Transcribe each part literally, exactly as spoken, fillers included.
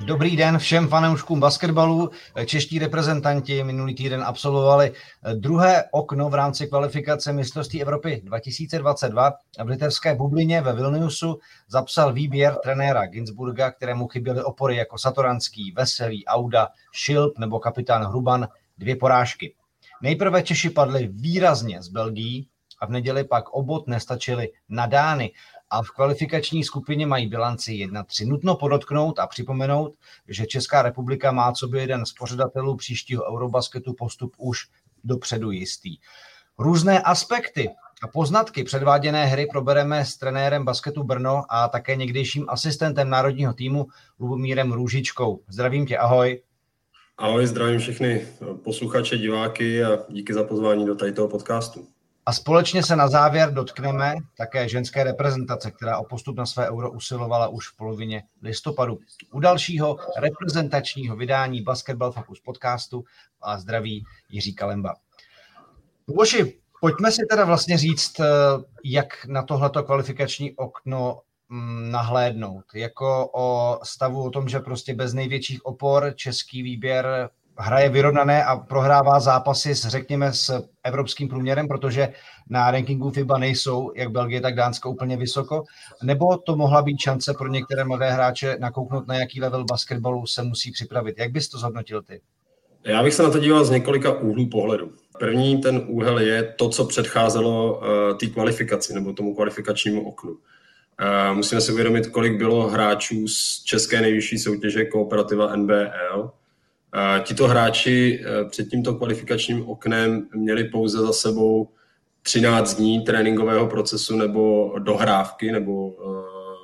Dobrý den všem fanouškům basketbalu. Čeští reprezentanti minulý týden absolvovali druhé okno v rámci kvalifikace mistrovství Evropy dva tisíce dvacet dva. V litevské bublině ve Vilniusu zapsal výběr trenéra Ginzburga, kterému chyběly opory jako Satoranský, Veselý, Auda, Šilp nebo kapitán Hruban, dvě porážky. Nejprve Češi padli výrazně z Belgií a v neděli pak o bod nestačili na Dány. A v kvalifikační skupině mají bilanci jedna tři. Nutno podotknout a připomenout, že Česká republika má coby jeden z pořadatelů příštího Eurobasketu postup už dopředu jistý. Různé aspekty a poznatky předváděné hry probereme s trenérem Basketu Brno a také někdejším asistentem národního týmu Lubomírem Růžičkou. Zdravím tě, ahoj. Ahoj, zdravím všechny posluchače, diváky a díky za pozvání do tady toho podcastu. A společně se na závěr dotkneme také ženské reprezentace, která o postup na své euro usilovala už v polovině listopadu. U dalšího reprezentačního vydání Basketball Focus podcastu a zdraví Jiří Kalemba. Luboši, pojďme si teda vlastně říct, jak na tohleto kvalifikační okno nahlédnout. Jako o stavu o tom, že prostě bez největších opor český výběr hraje vyrovnané a prohrává zápasy s, řekněme, s evropským průměrem, protože na rankingu FIBA nejsou, jak Belgie, tak Dánsko, úplně vysoko. Nebo to mohla být šance pro některé mladé hráče nakouknout, na jaký level basketbalu se musí připravit. Jak bys to zhodnotil ty? Já bych se na to díval z několika úhlů pohledu. První ten úhel je to, co předcházelo uh, té kvalifikaci nebo tomu kvalifikačnímu oknu. Uh, musíme si uvědomit, kolik bylo hráčů z české nejvyšší soutěže Kooperativa N B L. Uh, tito hráči uh, před tímto kvalifikačním oknem měli pouze za sebou třináct dní tréninkového procesu nebo dohrávky nebo uh,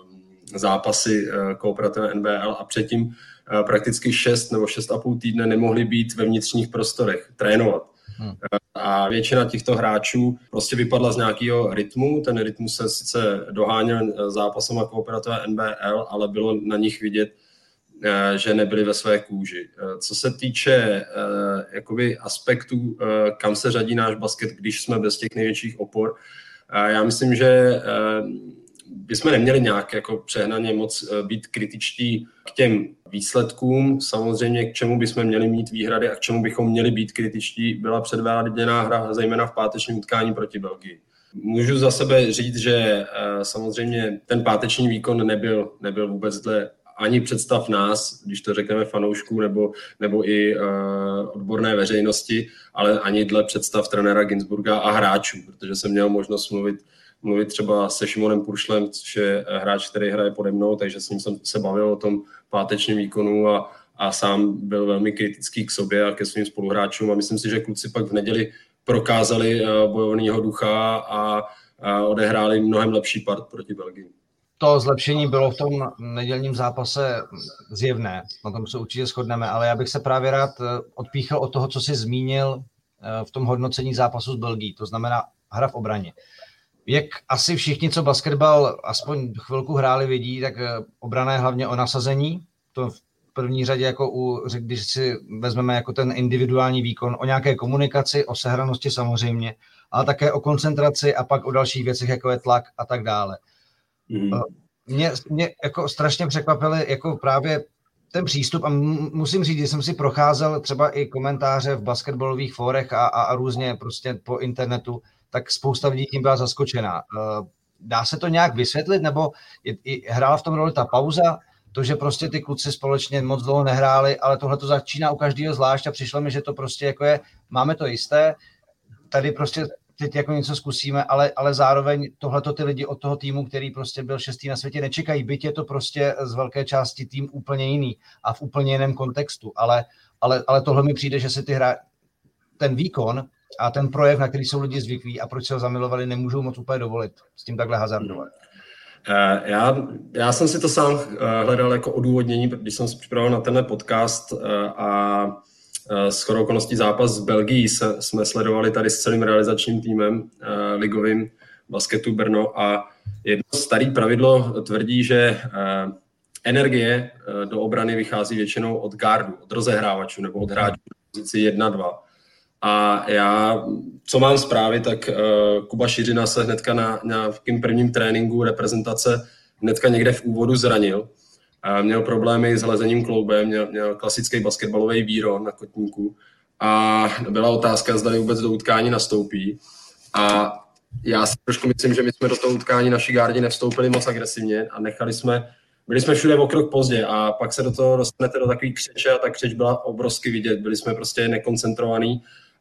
zápasy uh, Kooperativa N B L a předtím uh, prakticky šest nebo šest a půl týdne nemohli být ve vnitřních prostorech, trénovat. Hmm. Uh, a většina těchto hráčů prostě vypadla z nějakého rytmu. Ten rytmus se sice doháněl zápasem Kooperativa N B L, ale bylo na nich vidět, že nebyli ve své kůži. Co se týče uh, jakoby aspektů, uh, kam se řadí náš basket, když jsme bez těch největších opor, uh, já myslím, že uh, bychom neměli nějak jako přehnaně moc uh, být kritičtí k těm výsledkům. Samozřejmě, k čemu bychom měli mít výhrady a k čemu bychom měli být kritičtí, byla předváděná hra, zejména v pátečním utkání proti Belgii. Můžu za sebe říct, že uh, samozřejmě ten páteční výkon nebyl, nebyl vůbec dle ani představ nás, když to řekneme fanoušků nebo, nebo i uh, odborné veřejnosti, ale ani dle představ trenéra Ginzburga a hráčů, protože jsem měl možnost mluvit, mluvit třeba se Šimonem Puršlem, což je hráč, který hraje pode mnou, takže s ním jsem se bavil o tom pátečním výkonu a, a sám byl velmi kritický k sobě a ke svým spoluhráčům a myslím si, že kluci pak v neděli prokázali uh, bojovného ducha a, a odehráli mnohem lepší part proti Belgii. To zlepšení bylo v tom nedělním zápase zjevné, na tom se určitě shodneme, ale já bych se právě rád odpíchl od toho, co jsi zmínil v tom hodnocení zápasu s Belgií, to znamená hra v obraně. Jak asi všichni, co basketbal aspoň chvilku hráli, vědí, tak obrana je hlavně o nasazení, to v první řadě, jako u, když si vezmeme jako ten individuální výkon, o nějaké komunikaci, o sehranosti samozřejmě, ale také o koncentraci a pak o dalších věcech, jako je tlak a tak dále. Mm. Mě, mě jako strašně překvapily jako právě ten přístup a musím říct, že jsem si procházel třeba i komentáře v basketbalových fórech a, a, a různě prostě po internetu, tak spousta lidí tím byla zaskočená. Dá se to nějak vysvětlit, nebo je, je, hrála v tom roli ta pauza, to, že prostě ty kluci společně moc dlouho nehráli, ale tohle to začíná u každého zvlášť a přišlo mi, že to prostě jako je, máme to jisté, tady prostě teď jako něco zkusíme, ale, ale zároveň tohleto ty lidi od toho týmu, který prostě byl šestý na světě, nečekají, byť je to prostě z velké části tým úplně jiný a v úplně jiném kontextu, ale, ale, ale tohle mi přijde, že si ty hra, ten výkon a ten projev, na který jsou lidi zvyklí a proč se ho zamilovali, nemůžou moc úplně dovolit s tím takhle hazardovat. Já, já jsem si to sám hledal jako odůvodnění, když jsem se připravil na tenhle podcast a shodou okolností zápas z Belgii se, jsme sledovali tady s celým realizačním týmem uh, ligovým Basketu Brno a jedno staré pravidlo tvrdí, že uh, energie uh, do obrany vychází většinou od gardu, od rozehrávačů nebo od hráčů v pozici jedna dva. A já, co mám zprávy, tak uh, Kuba Šiřina se hnedka na nějakým prvním tréninku reprezentace hnedka někde v úvodu zranil. Měl problémy s hlezením kloubem, měl, měl klasický basketbalový víron na kotníku a byla otázka, zda vůbec do utkání nastoupí. A já si trošku myslím, že my jsme do toho utkání naší gárdě nevstoupili moc agresivně a nechali jsme, byli jsme všude o krok pozdě a pak se do toho dostanete do takový křeče a ta křeč byla obrovsky vidět. Byli jsme prostě nekoncentrovaní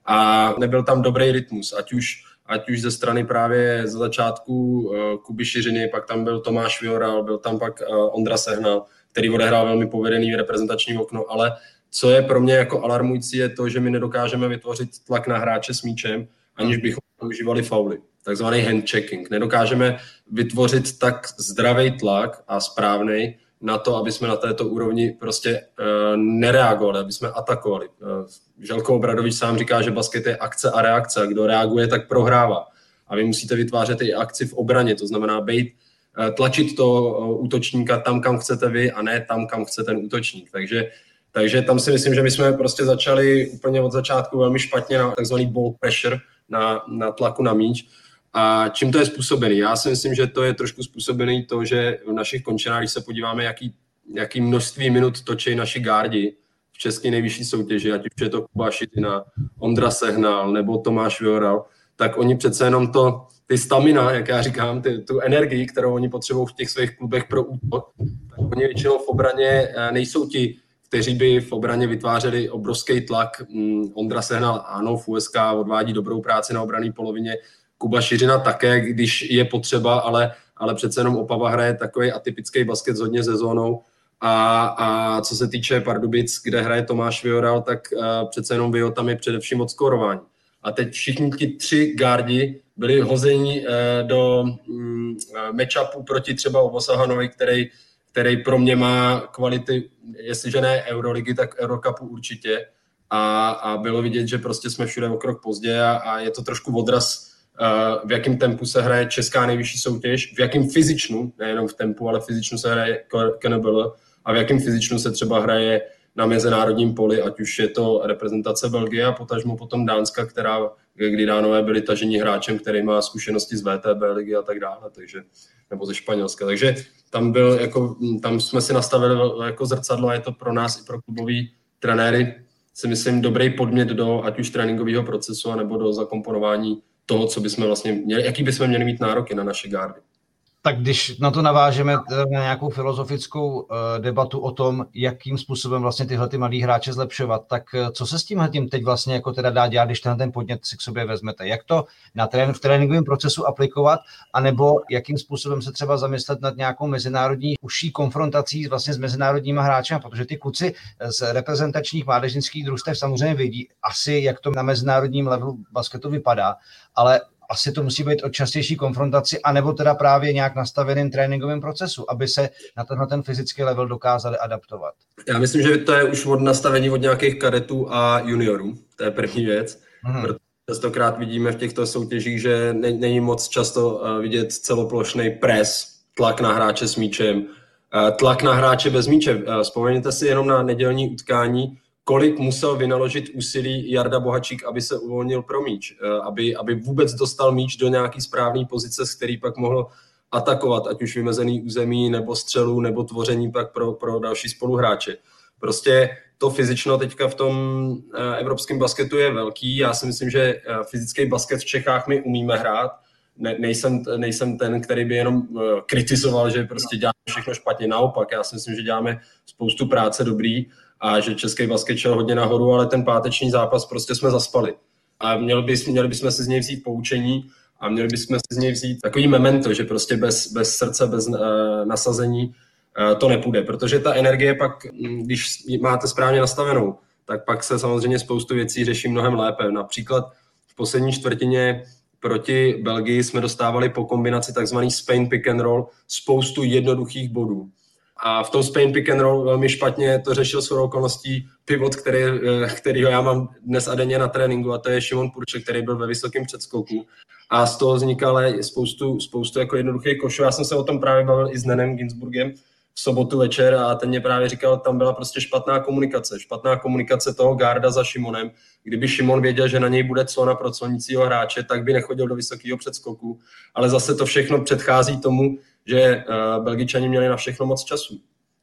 a nebyl tam dobrý rytmus, ať už, ať už ze strany právě ze začátku uh, Kuby Šiřiny, pak tam byl Tomáš Vyoral, byl tam pak uh, Ondra Sehnal, který odehrál velmi povedený reprezentační okno, ale co je pro mě jako alarmující je to, že my nedokážeme vytvořit tlak na hráče s míčem, aniž bychom používali fauly, takzvaný handchecking. Nedokážeme vytvořit tak zdravý tlak a správnej na to, aby jsme na této úrovni prostě uh, nereagovali, aby jsme atakovali. Uh, Želko Obradovič sám říká, že basket je akce a reakce, a kdo reaguje, tak prohrává. A vy musíte vytvářet i akci v obraně, to znamená být, uh, tlačit to uh, útočníka tam, kam chcete vy, a ne tam, kam chce ten útočník. Takže Takže tam si myslím, že my jsme prostě začali úplně od začátku velmi špatně na takzvaný ball pressure, na, na tlaku na míč. A čím to je způsobený? Já si myslím, že to je trošku způsobený to, že v našich končinách, když se podíváme, jaký, jaký množství minut točí naši gardi v české nejvyšší soutěži, ať už je to Kuba Šiřina, Ondra Sehnal nebo Tomáš Vyoral, tak oni přece jenom to, ty stamina, jak já říkám, ty, tu energii, kterou oni potřebují v těch svých klubech pro útok, tak oni většinou v obraně nejsou ti, kteří by v obraně vytvářeli obrovský tlak. Ondra Sehnal, ano, v U S K odvádí dobrou práci na obranné polovině, Kuba Šiřina také, když je potřeba, ale, ale přece jenom Opava hraje takový atypický basket s hodně ze zónou. A, a co se týče Pardubic, kde hraje Tomáš Vyoral, tak uh, přece jenom Vyo tam je především od skórování. A teď všichni ti tři gardi byli hozeni uh, do um, matchupu proti třeba Obosahanovi, který který pro mě má kvality, jestliže ne Euroligy, tak Eurocupu určitě. A, a bylo vidět, že prostě jsme všude o krok pozdě a, a je to trošku odraz, uh, v jakém tempu se hraje česká nejvyšší soutěž, v jakém fyzičnu, nejenom v tempu, ale fyzičnu se hraje K N B L a v jakém fyzičnu se třeba hraje na mezinárodním poli, ať už je to reprezentace Belgie a potažmo potom Dánska, která, kdy Dánové byli tažení hráčem, který má zkušenosti z V T B ligy a tak dále, takže, nebo ze Španělska. Takže tam, byl, jako, tam jsme si nastavili jako zrcadlo a je to pro nás i pro klubový trenéry, si myslím, dobrý podmět do ať už tréninkového procesu, nebo do zakomponování toho, co bychom vlastně měli, jaký bychom měli mít nároky na naše gardy. Tak když na to navážeme na nějakou filozofickou uh, debatu o tom, jakým způsobem vlastně tyhle ty mladý hráče zlepšovat, tak uh, co se s tím tím teď vlastně jako teda dá dělat, když ten, ten podnět si k sobě vezmete? Jak to na trén, v tréninkovém procesu aplikovat, anebo jakým způsobem se třeba zamyslet nad nějakou mezinárodní užší konfrontací vlastně s mezinárodníma hráči, protože ty kluci z reprezentačních mládežnických družstev samozřejmě vidí asi, jak to na mezinárodním levelu basketu vypadá, ale asi to musí být o častější konfrontaci, anebo teda právě nějak nastaveným tréninkovým procesu, aby se na tenhle ten fyzický level dokázali adaptovat. Já myslím, že to je už od nastavení od nějakých kadetů a juniorů. To je první věc. Hmm. Protože častokrát vidíme v těchto soutěžích, že ne, není moc často vidět celoplošný pres, tlak na hráče s míčem, tlak na hráče bez míče. Vzpomeňte si jenom na nedělní utkání, kolik musel vynaložit úsilí Jarda Bohačík, aby se uvolnil pro míč, aby, aby vůbec dostal míč do nějaký správné pozice, z který pak mohl atakovat, ať už vymezený území, nebo střelu, nebo tvoření pak pro, pro další spoluhráče. Prostě to fyzično teďka v tom evropském basketu je velký. Já si myslím, že fyzický basket v Čechách my umíme hrát. Ne, nejsem, nejsem ten, který by jenom kritizoval, že prostě děláme všechno špatně. Naopak, já si myslím, že děláme spoustu práce dobrý, a že český basket šel hodně nahoru, ale ten páteční zápas prostě jsme zaspali. A měli, bys, měli bychom si z něj vzít poučení a měli bychom si z něj vzít takový memento, že prostě bez, bez srdce, bez uh, nasazení uh, to nepůjde. Protože ta energie pak, když máte správně nastavenou, tak pak se samozřejmě spoustu věcí řeší mnohem lépe. Například v poslední čtvrtině proti Belgii jsme dostávali po kombinaci takzvaný Spain pick and roll spoustu jednoduchých bodů. A v tom Spain pick and roll velmi špatně to řešil shodou okolností pivot, který, kterýho já mám dnes a denně na tréninku, a to je Šimon Purček, který byl ve vysokém předskoku. A z toho vznikalo spoustu, spoustu jako jednoduchých košů. Já jsem se o tom právě bavil i s Nenem Ginsburgem v sobotu večer a ten mě právě říkal, tam byla prostě špatná komunikace. Špatná komunikace toho garda za Šimonem. Kdyby Šimon věděl, že na něj bude clona pro clonícího hráče, tak by nechodil do vysokého předskoku. Ale zase to všechno předchází tomu, že uh, Belgičani měli na všechno moc času.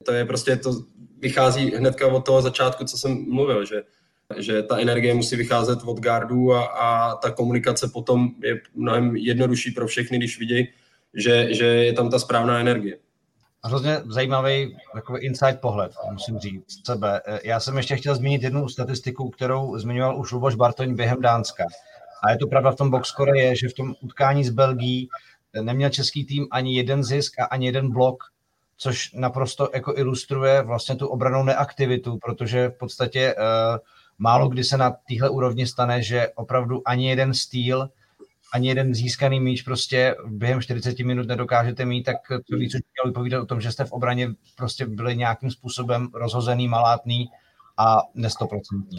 To je prostě, to vychází hnedka od toho začátku, co jsem mluvil, že, že ta energie musí vycházet od gardů a, a ta komunikace potom je mnohem jednodušší pro všechny, když vidí, že, že je tam ta správná energie. Hrozně zajímavý takový inside pohled, musím říct sebe. Já jsem ještě chtěl zmínit jednu statistiku, kterou zmiňoval už Luboš Bartoň během Dánska. A je to pravda v tom boxscore je, že v tom utkání s Belgií neměl český tým ani jeden zisk a ani jeden blok, což naprosto jako ilustruje vlastně tu obrannou neaktivitu, protože v podstatě uh, málo kdy se na téhle úrovni stane, že opravdu ani jeden stýl, ani jeden získaný míč prostě během čtyřicet minut nedokážete mít, tak to víc už mělo vypovídat o tom, že jste v obraně prostě byli nějakým způsobem rozhozený, malátný a nestoprocentní.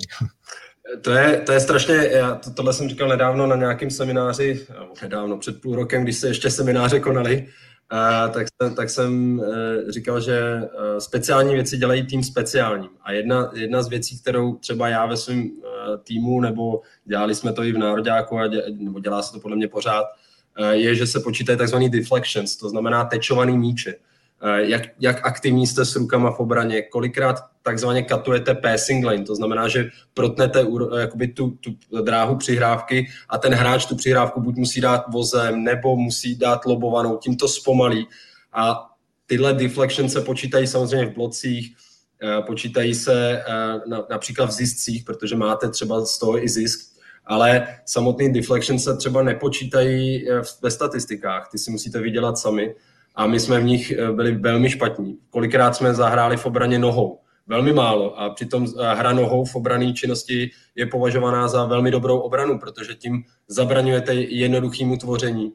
To je, to je strašně, já to, tohle jsem říkal nedávno na nějakém semináři, nedávno, před půl rokem, když se ještě semináře konaly, uh, tak, tak jsem uh, říkal, že uh, speciální věci dělají tým speciálním. A jedna, jedna z věcí, kterou třeba já ve svém uh, týmu, nebo dělali jsme to i v nároďáku, a dě, nebo dělá se to podle mě pořád, uh, je, že se počítají takzvaný deflections, to znamená tečovaný míče. Jak, jak aktivní jste s rukama v obraně, kolikrát takzvaně katujete passing lane, to znamená, že protnete jakoby tu, tu dráhu přihrávky a ten hráč tu přihrávku buď musí dát vozem, nebo musí dát lobovanou, tím to zpomalí. A tyhle deflections se počítají samozřejmě v blocích, počítají se například v ziscích, protože máte třeba z toho i zisk, ale samotný deflections se třeba nepočítají ve statistikách, ty si musíte vydělat sami. A my jsme v nich byli velmi špatní. Kolikrát jsme zahráli v obraně nohou? Velmi málo. A přitom hra nohou v obranné činnosti je považovaná za velmi dobrou obranu, protože tím zabraňujete jednoduchému tvoření.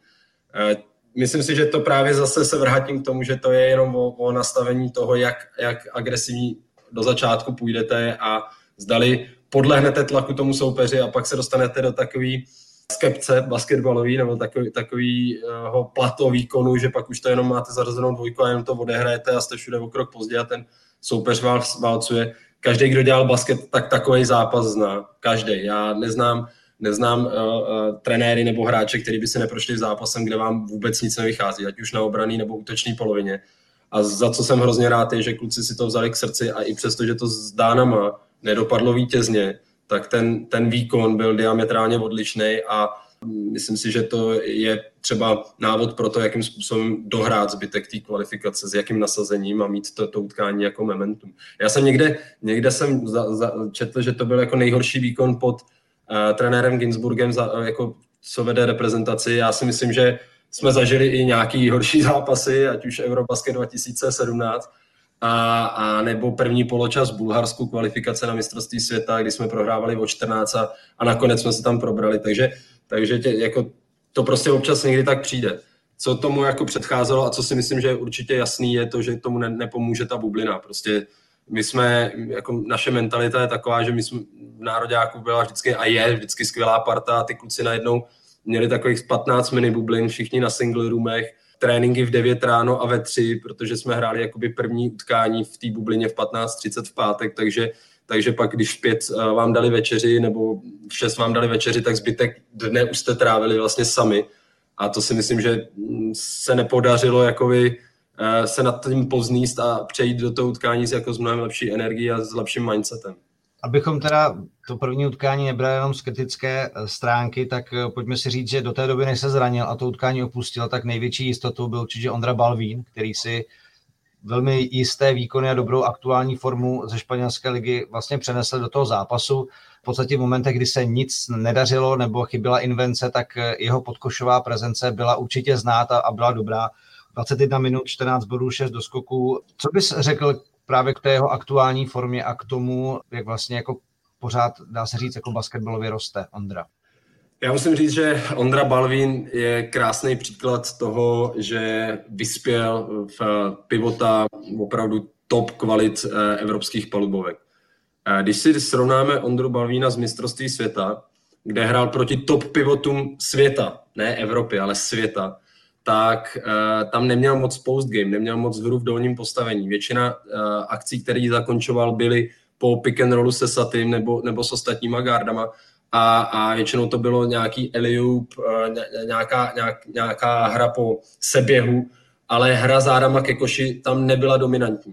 Myslím si, že to právě zase se vrátím k tomu, že to je jenom o, o nastavení toho, jak, jak agresivní do začátku půjdete a zdali podlehnete tlaku tomu soupeři a pak se dostanete do takový skepce basketbalový nebo takový, takovýho plato výkonu, že pak už to jenom máte zařazenou dvojku a jenom to odehrajete a jste všude o krok pozdě a ten soupeř vás válcuje. Každý, kdo dělal basket, tak takový zápas zná. Každý. Já neznám, neznám uh, uh, trenéry nebo hráče, kteří by si neprošli zápasem, kde vám vůbec nic nevychází, ať už na obranný nebo útočný polovině. A za co jsem hrozně rád je, že kluci si to vzali k srdci a i přesto, že to s Dánama nedopadlo vítězně, tak ten, ten výkon byl diametrálně odlišný a myslím si, že to je třeba návod pro to, jakým způsobem dohrát zbytek té kvalifikace, s jakým nasazením a mít to, to utkání jako momentum. Já jsem někde, někde jsem za, za, četl, že to byl jako nejhorší výkon pod uh, trenérem Ginsburgem, za, uh, jako co vede reprezentaci. Já si myslím, že jsme zažili i nějaký horší zápasy, ať už Eurobasket dva tisíce sedmnáct, A, a nebo první poločas v Bulharsku, kvalifikace na mistrovství světa, kdy jsme prohrávali o čtrnáct a, a nakonec jsme se tam probrali. Takže, takže tě, jako, to prostě občas někdy tak přijde. Co tomu jako předcházelo a co si myslím, že je určitě jasný, je to, že tomu ne, nepomůže ta bublina. Prostě my jsme, jako naše mentalita je taková, že my jsme v nároďáku byla vždycky a je vždycky skvělá parta a ty kluci najednou měli takových patnáct mini bublin, všichni na single roomech, tréninky v devět ráno a ve tři, protože jsme hráli jakoby první utkání v té bublině v patnáct třicet v pátek, takže, takže pak, když v pět vám dali večeři nebo v šest vám dali večeři, tak zbytek dne už jste trávili vlastně sami. A to si myslím, že se nepodařilo jakoby se nad tím pozníst a přejít do toho utkání s, jako s mnohem lepší energií a s lepším mindsetem. Abychom teda to první utkání nebrali jenom z kritické stránky, tak pojďme si říct, že do té doby, než se zranil a to utkání opustil, tak největší jistotou byl určitě Ondra Balvín, který si velmi jisté výkony a dobrou aktuální formu ze španělské ligy vlastně přenesl do toho zápasu. V podstatě v momentech, kdy se nic nedařilo nebo chyběla invence, tak jeho podkošová prezence byla určitě znát a byla dobrá. dvacet jedna minut, čtrnáct bodů, šest doskoků. Co bys řekl právě k té jeho aktuální formě a k tomu, jak vlastně jako pořád, dá se říct, jako basketbalově roste Ondra? Já musím říct, že Ondra Balvín je krásný příklad toho, že vyspěl v pivota opravdu top kvalit evropských palubovek. Když si srovnáme Ondru Balvína z mistrovství světa, kde hrál proti top pivotům světa, ne Evropy, ale světa, tak uh, tam neměl moc postgame, neměl moc hru v dolním postavení. Většina uh, akcí, které zakončoval, byly po pick and rollu se Satym nebo, nebo s ostatníma gardama a, a většinou to bylo nějaký alley-oop, uh, nějaká, nějak, nějaká hra po seběhu, ale hra zádama ke koši tam nebyla dominantní.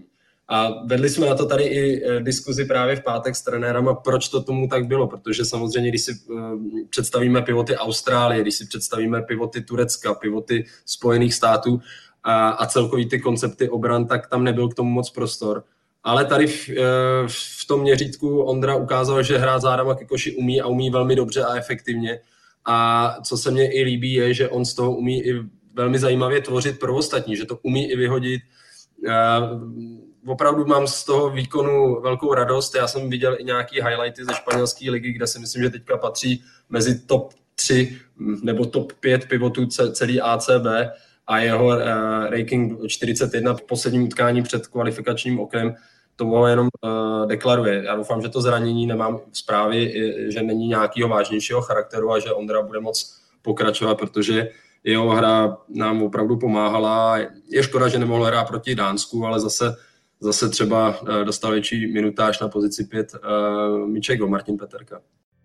A vedli jsme na to tady i diskuzi právě v pátek s trenérama, proč to tomu tak bylo, protože samozřejmě, když si představíme pivoty Austrálie, když si představíme pivoty Turecka, pivoty Spojených států a, a celkový ty koncepty obran, tak tam nebyl k tomu moc prostor. Ale tady v, v tom měřítku Ondra ukázal, že hrát zádama ke koši umí a umí velmi dobře a efektivně. A co se mně i líbí, je, že on z toho umí i velmi zajímavě tvořit pro ostatní, že to umí i vyhodit. Opravdu mám z toho výkonu velkou radost. Já jsem viděl i nějaký highlighty ze španělské ligy, kde si myslím, že teďka patří mezi top tři nebo top pět pivotů celý A C B a jeho uh, ranking čtyřicet jedna v posledním utkání před kvalifikačním oknem to jenom uh, deklaruje. Já doufám, že to zranění nemám zprávy, že není nějakého vážnějšího charakteru a že Ondra bude moc pokračovat, protože jeho hra nám opravdu pomáhala. Je škoda, že nemohl hrát proti Dánsku, ale zase, zase třeba dostal větší minutáž na pozici pět uh, Mičego, Martin Peterka.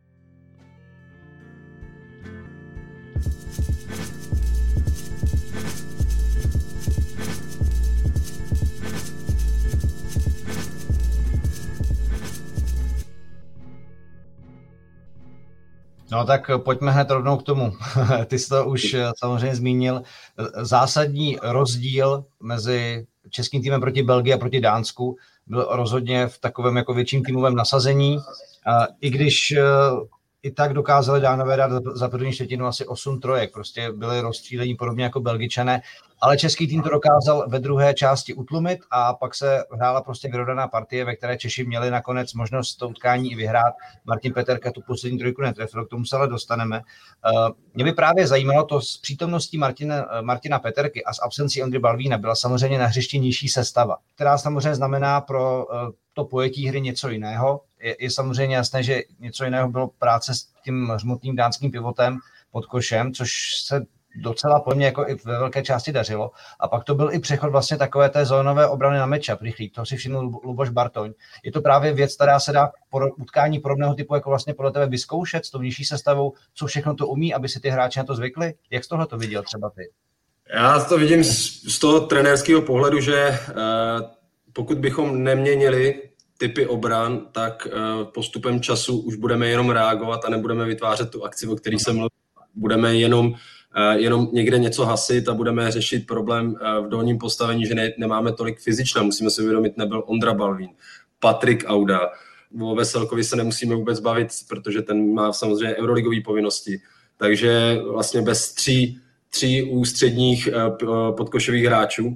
No tak pojďme hned rovnou k tomu. Ty jsi to už samozřejmě zmínil. Zásadní rozdíl mezi českým týmem proti Belgii a proti Dánsku byl rozhodně v takovém jako větším týmovém nasazení. I když i tak dokázali Dánové dát za první čtvrtinu asi osm trojek. Prostě byli rozstřílení podobně jako Belgičané, ale český tým to dokázal ve druhé části utlumit a pak se hrála prostě vyrovnaná partie, ve které Češi měli nakonec možnost to utkání i vyhrát. Martin Peterka tu poslední trojku netrefil, k tomu se ale dostaneme. Mě by právě zajímalo to s přítomností Martina, Martina Peterky a s absencí Ondry Balvína byla samozřejmě na hřišti nižší sestava, která samozřejmě znamená pro to pojetí hry něco jiného. Je, je samozřejmě jasné, že něco jiného bylo práce s tím hřmotným dánským pivotem pod košem, což se docela po mně jako i ve velké části dařilo. A pak to byl i přechod vlastně takové té zónové obrany na matchup rychlý. To si všiml Luboš Bartoň. Je to právě věc, která se dá po utkání podobného typu jako vlastně podle tebe vyzkoušet s tou nižší sestavou, co všechno to umí, aby si ty hráči na to zvykli? Jak z tohle to viděl třeba ty? Já to vidím z, z toho trenérského pohledu, že eh, pokud bychom neměnili typy obran, tak eh, postupem času už budeme jenom reagovat a nebudeme vytvářet tu akci, o který jsem mluvil. Budeme jenom jenom někde něco hasit a budeme řešit problém v dolním postavení, že ne, nemáme tolik fyzična. Musíme si uvědomit, nebyl Ondra Balvín, Patrik Auda. O Veselkovi se nemusíme vůbec bavit, protože ten má samozřejmě euroligové povinnosti. Takže vlastně bez tří, tří ústředních podkošových hráčů.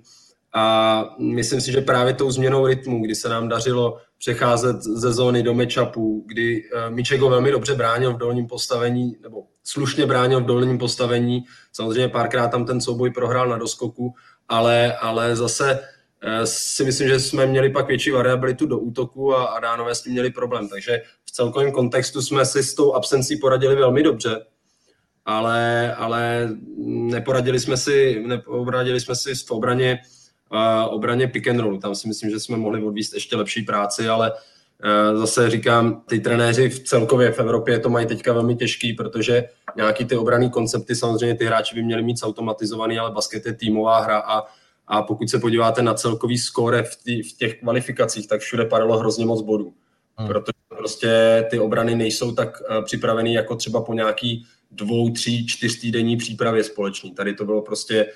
A myslím si, že právě tou změnou rytmu, kdy se nám dařilo přecházet ze zóny do matchupu, kdy Mičego velmi dobře bránil v dolním postavení, nebo slušně bránil v dolním postavení, samozřejmě párkrát tam ten souboj prohrál na doskoku, ale, ale zase si myslím, že jsme měli pak větší variabilitu do útoku a, a Dánové s tím měli problém. Takže v celkovém kontextu jsme si s tou absencí poradili velmi dobře, ale, ale neporadili jsme si, neporadili jsme si v obraně obraně pick and rollu. Tam si myslím, že jsme mohli odvíst ještě lepší práci, ale zase říkám, ty trenéři v celkově v Evropě to mají teďka velmi těžký, protože nějaký ty obranný koncepty samozřejmě ty hráči by měli mít automatizovaný, ale basket je týmová hra a, a pokud se podíváte na celkový skóre v, tý, v těch kvalifikacích, tak všude padalo hrozně moc bodů. Hmm. Protože prostě ty obrany nejsou tak připravený jako třeba po nějaký dvou, tří, čtyř týdenní přípravě společný. Tady to bylo prostě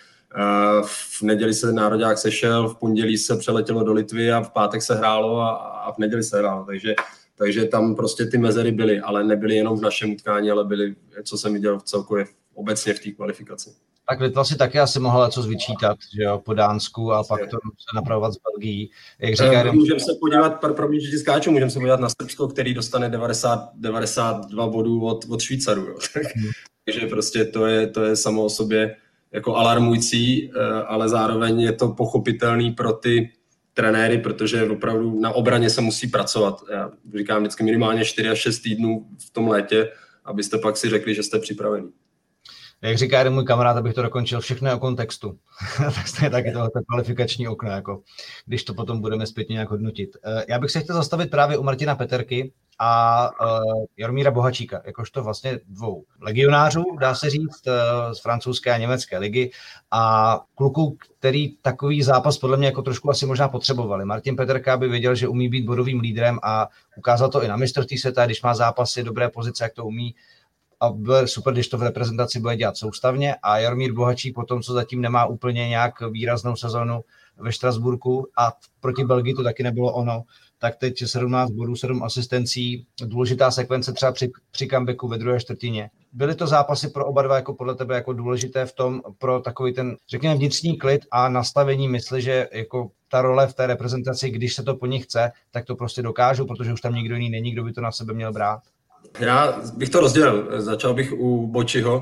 v neděli se nároďák sešel, v pondělí se přeletělo do Litvy a v pátek se hrálo a, a v neděli se hrálo. Takže, takže tam prostě ty mezery byly, ale nebyly jenom v našem utkání, ale byly, co jsem viděl v celkově obecně v té kvalifikaci. Tak Litva si taky asi mohla co vyčítat, že jo, po Dánsku a pak to se napravovat s Belgií. Jak říká, můžeme se podívat, pro mě, že skáču, můžeme se podívat na Srbsko, který dostane devadesát, devadesát dva bodů od, od Švýcarů. Jo. Hmm. Takže prostě to je, to je samo o sobě jako alarmující, ale zároveň je to pochopitelný pro ty trenéry, protože opravdu na obraně se musí pracovat. Já říkám vždycky minimálně čtyři až šest týdnů v tom létě, abyste pak si řekli, že jste připravení. Jak říká jeden můj kamarád, abych to dokončil, všechno je o kontextu. Tak to je taky tohle kvalifikační okno, jako, když to potom budeme zpětně nějak hodnotit. Já bych se chtěl zastavit právě u Martina Peterky a uh, Jaromíra Bohačíka, jakožto vlastně dvou legionářů, dá se říct, uh, z francouzské a německé ligy a kluků, který takový zápas podle mě jako trošku asi možná potřebovali. Martin Peterka by věděl, že umí být bodovým lídrem a ukázal to i na mistrovství světa, když má zápasy, dobré pozice, jak to umí. A bylo super, když to v reprezentaci bude dělat soustavně a Jaromír Bohačík po tom, co zatím nemá úplně nějak výraznou sezonu ve Štrasburku a proti Belgii to taky nebylo ono, tak teď sedmnáct bodů, sedm asistencí, důležitá sekvence třeba při, při comebacku ve druhé čtvrtině. Byly to zápasy pro oba dva jako podle tebe jako důležité v tom pro takový ten, řekněme, vnitřní klid a nastavení mysli, že jako ta role v té reprezentaci, když se to po nich chce, tak to prostě dokážou, protože už tam nikdo jiný není, kdo by to na sebe měl brát. Já bych to rozdělil. Začal bych u Bočiho,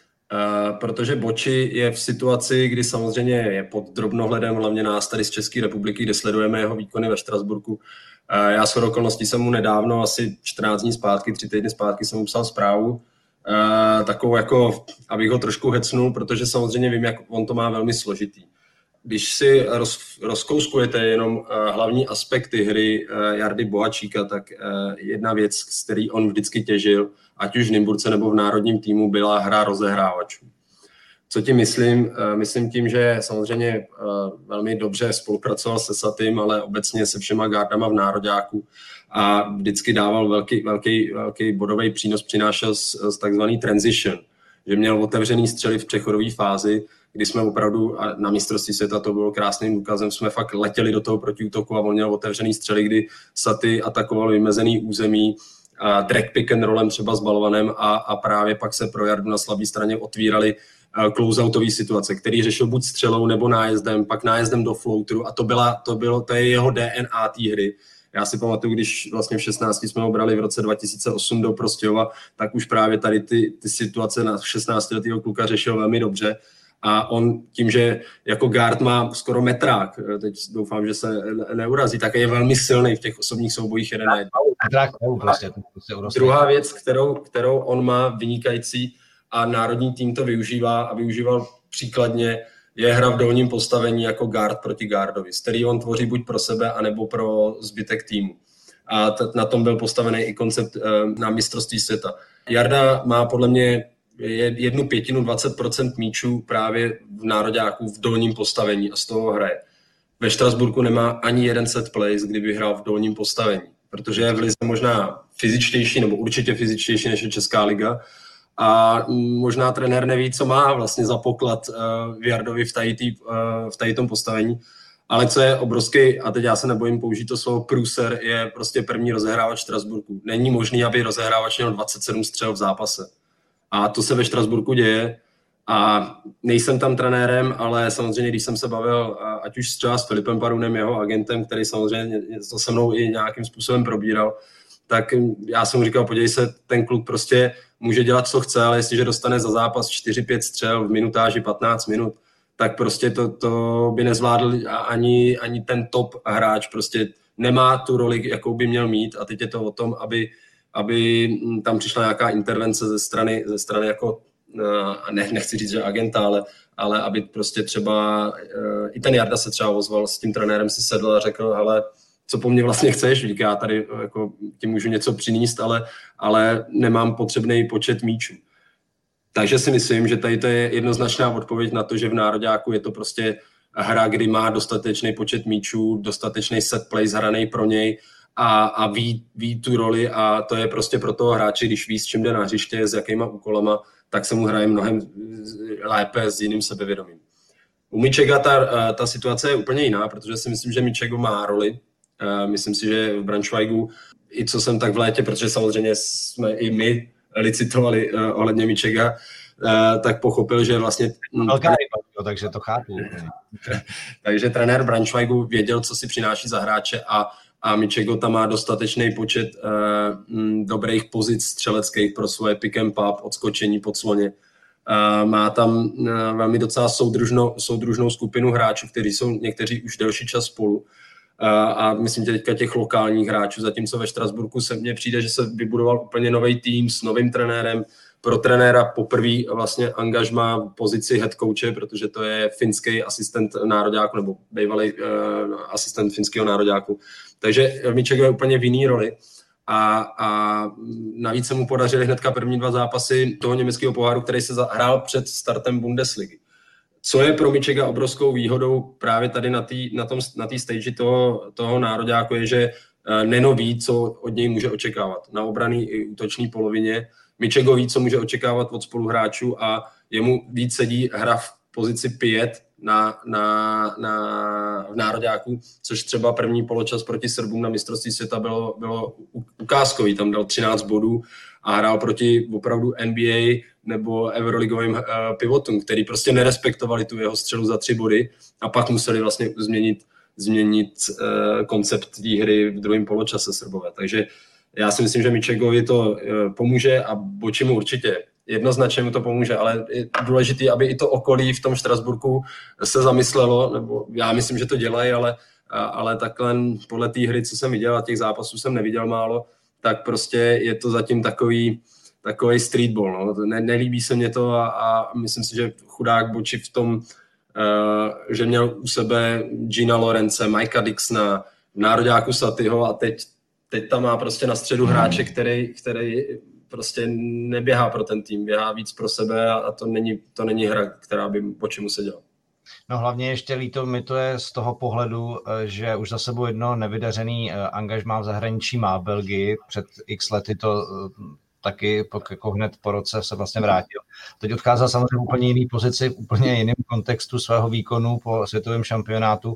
protože Boči je v situaci, kdy samozřejmě je pod drobnohledem hlavně nás tady z České republiky, kde sledujeme jeho výkony ve Štrasburku. Já shodou okolností jsem mu nedávno, asi čtrnáct dní zpátky, tři týdny zpátky jsem mu psal zprávu, takovou jako, abych ho trošku hecnul, protože samozřejmě vím, jak on to má velmi složitý. Když si roz, rozkouskujete jenom hlavní aspekty hry Jardy Bohačíka, tak jedna věc, z který on vždycky těžil, ať už v Nymburce nebo v národním týmu, byla hra rozehrávačů. Co tím myslím? Myslím tím, že samozřejmě velmi dobře spolupracoval se Satym, ale obecně se všema gardama v nároďáku a vždycky dával velký, velký, velký bodový přínos, přinášel z, z takzvaný transition, že měl otevřený střely v přechodové fázi, kdy jsme opravdu, a na mistrovství světa to bylo krásným důkazem, jsme fakt letěli do toho protiútoku a on měl otevřený střely, kdy Saty atakoval vymezený území, a drag pick and rollem třeba s balvanem a, a právě pak se pro Jardu na slabé straně otvíraly close-outové situace, který řešil buď střelou nebo nájezdem, pak nájezdem do floateru a to, byla, to, bylo, to je jeho D N A té hry. Já si pamatuju, když vlastně v šestnácti jsme ho brali v roce dva tisíce osm do Prostějova, tak už právě tady ty, ty situace na šestnáctiletého kluka řešil velmi dobře. A on tím, že jako guard má skoro metrák, teď doufám, že se neurazí, tak je velmi silný v těch osobních soubojích jeden na jeden. Druhá věc, kterou, kterou on má vynikající a národní tým to využívá a využíval příkladně, je hra v dolním postavení jako guard proti guardovi, z který on tvoří buď pro sebe, anebo pro zbytek týmu. A t- na tom byl postavený i koncept e, na mistrovství světa. Jarda má podle mě jednu pětinu, dvacet procent míčů právě v nároďáku v dolním postavení a z toho hraje. Ve Štrasburku nemá ani jeden set plays, kdyby hrál v dolním postavení, protože je v lize možná fyzičtější, nebo určitě fyzičtější než je Česká liga a možná trenér neví, co má vlastně za poklad uh, v Jardovi v tady, tý, uh, v tady tom postavení. Ale co je obrovský, a teď já se nebojím použít to slovo průser, je prostě první rozehrávač Štrasburku. Není možný, aby rozehrávač měl dvacet sedm střel v zápase. A to se ve Štrasburku děje a nejsem tam trenérem, ale samozřejmě, když jsem se bavil ať už třeba s Filipem Parunem, jeho agentem, který samozřejmě to se mnou i nějakým způsobem probíral, tak já jsem mu říkal, podívej se, ten kluk prostě může dělat, co chce, ale jestliže dostane za zápas čtyři pět střel v minutáži patnáct minut, tak prostě to, to by nezvládl ani, ani ten top hráč, prostě nemá tu roli, jakou by měl mít a teď je to o tom, aby aby tam přišla nějaká intervence ze strany, ze strany jako, ne, nechci říct, že agenta, ale, ale aby prostě třeba, i ten Jarda se třeba ozval, s tím trenérem si sedl a řekl, hele, co po mně vlastně chceš, víc, já tady jako, ti můžu něco přinést, ale, ale nemám potřebný počet míčů. Takže si myslím, že tady to je jednoznačná odpověď na to, že v nároďáku je to prostě hra, kdy má dostatečný počet míčů, dostatečný set plays hraný pro něj, a, a ví, ví tu roli a to je prostě pro toho hráče, když ví, s čím jde na hřiště, s jakýma úkolama, tak se mu hraje mnohem lépe s jiným sebevědomím. U Mičega ta, ta situace je úplně jiná, protože si myslím, že Mičego má roli. Myslím si, že v Braunschweigu, i co jsem tak v létě, protože samozřejmě jsme i my licitovali ohledně Mičega, tak pochopil, že vlastně... Velká ryba, takže to chápu. Takže trenér Braunschweigu věděl, co si přináší za hráče a a Mičego tam má dostatečný počet uh, m, dobrých pozic střeleckých pro svoje pick and pop, odskočení pod sloně. Uh, má tam uh, velmi docela soudružnou, soudružnou skupinu hráčů, kteří jsou někteří už delší čas spolu. Uh, a myslím, že teďka těch lokálních hráčů, zatímco ve Štrasburku se mně přijde, že se vybudoval úplně nový tým s novým trenérem. Pro trenéra poprvé vlastně angažmá v pozici head coache, protože to je finský asistent nároďáku, nebo bývalý uh, asistent finského nároďáku. Takže Miček je úplně v jiný roli a, a navíc se mu podařily hnedka první dva zápasy toho německého poháru, který se hrál před startem Bundesligy. Co je pro Mičega obrovskou výhodou právě tady na té na tom, na té stage toho, toho nároďáku je, že Neno ví, co od něj může očekávat. Na obranné i útočné polovině Mičego ví, co může očekávat od spoluhráčů a jemu víc sedí hra v pozici pět na, na, na, v nároďáku, což třeba první poločas proti Srbům na mistrovství světa bylo, bylo ukázkový. Tam dal třináct bodů a hrál proti opravdu N B A nebo euroligovým uh, pivotům, který prostě nerespektovali tu jeho střelu za tři body a pak museli vlastně změnit, změnit uh, koncept té hry v druhém poločase Srbové. Takže já si myslím, že Mičegovi to uh, pomůže a Boči mu určitě jednoznačně mu to pomůže, ale je důležité, aby i to okolí v tom Štrasburku se zamyslelo, nebo já myslím, že to dělají, ale, ale takhle podle té hry, co jsem viděl, a těch zápasů jsem neviděl málo, tak prostě je to zatím takový, takový streetball. No. Ne, nelíbí se mě to a, a myslím si, že chudák Boči v tom, uh, že měl u sebe Gina Lorence, Mikea Dixona, v nároďáku Satyho a teď, teď tam má prostě na středu hráče, který, který prostě neběhá pro ten tým, běhá víc pro sebe a to není, to není hra, která by Boči mu seděla. No hlavně ještě líto mi to je z toho pohledu, že už za sebou jedno nevydařený angažmá v zahraničí má Belgii, před x lety to taky jako hned po roce se vlastně vrátil. Teď odcházel samozřejmě v úplně jiný pozici, v úplně jiném kontextu svého výkonu po světovém šampionátu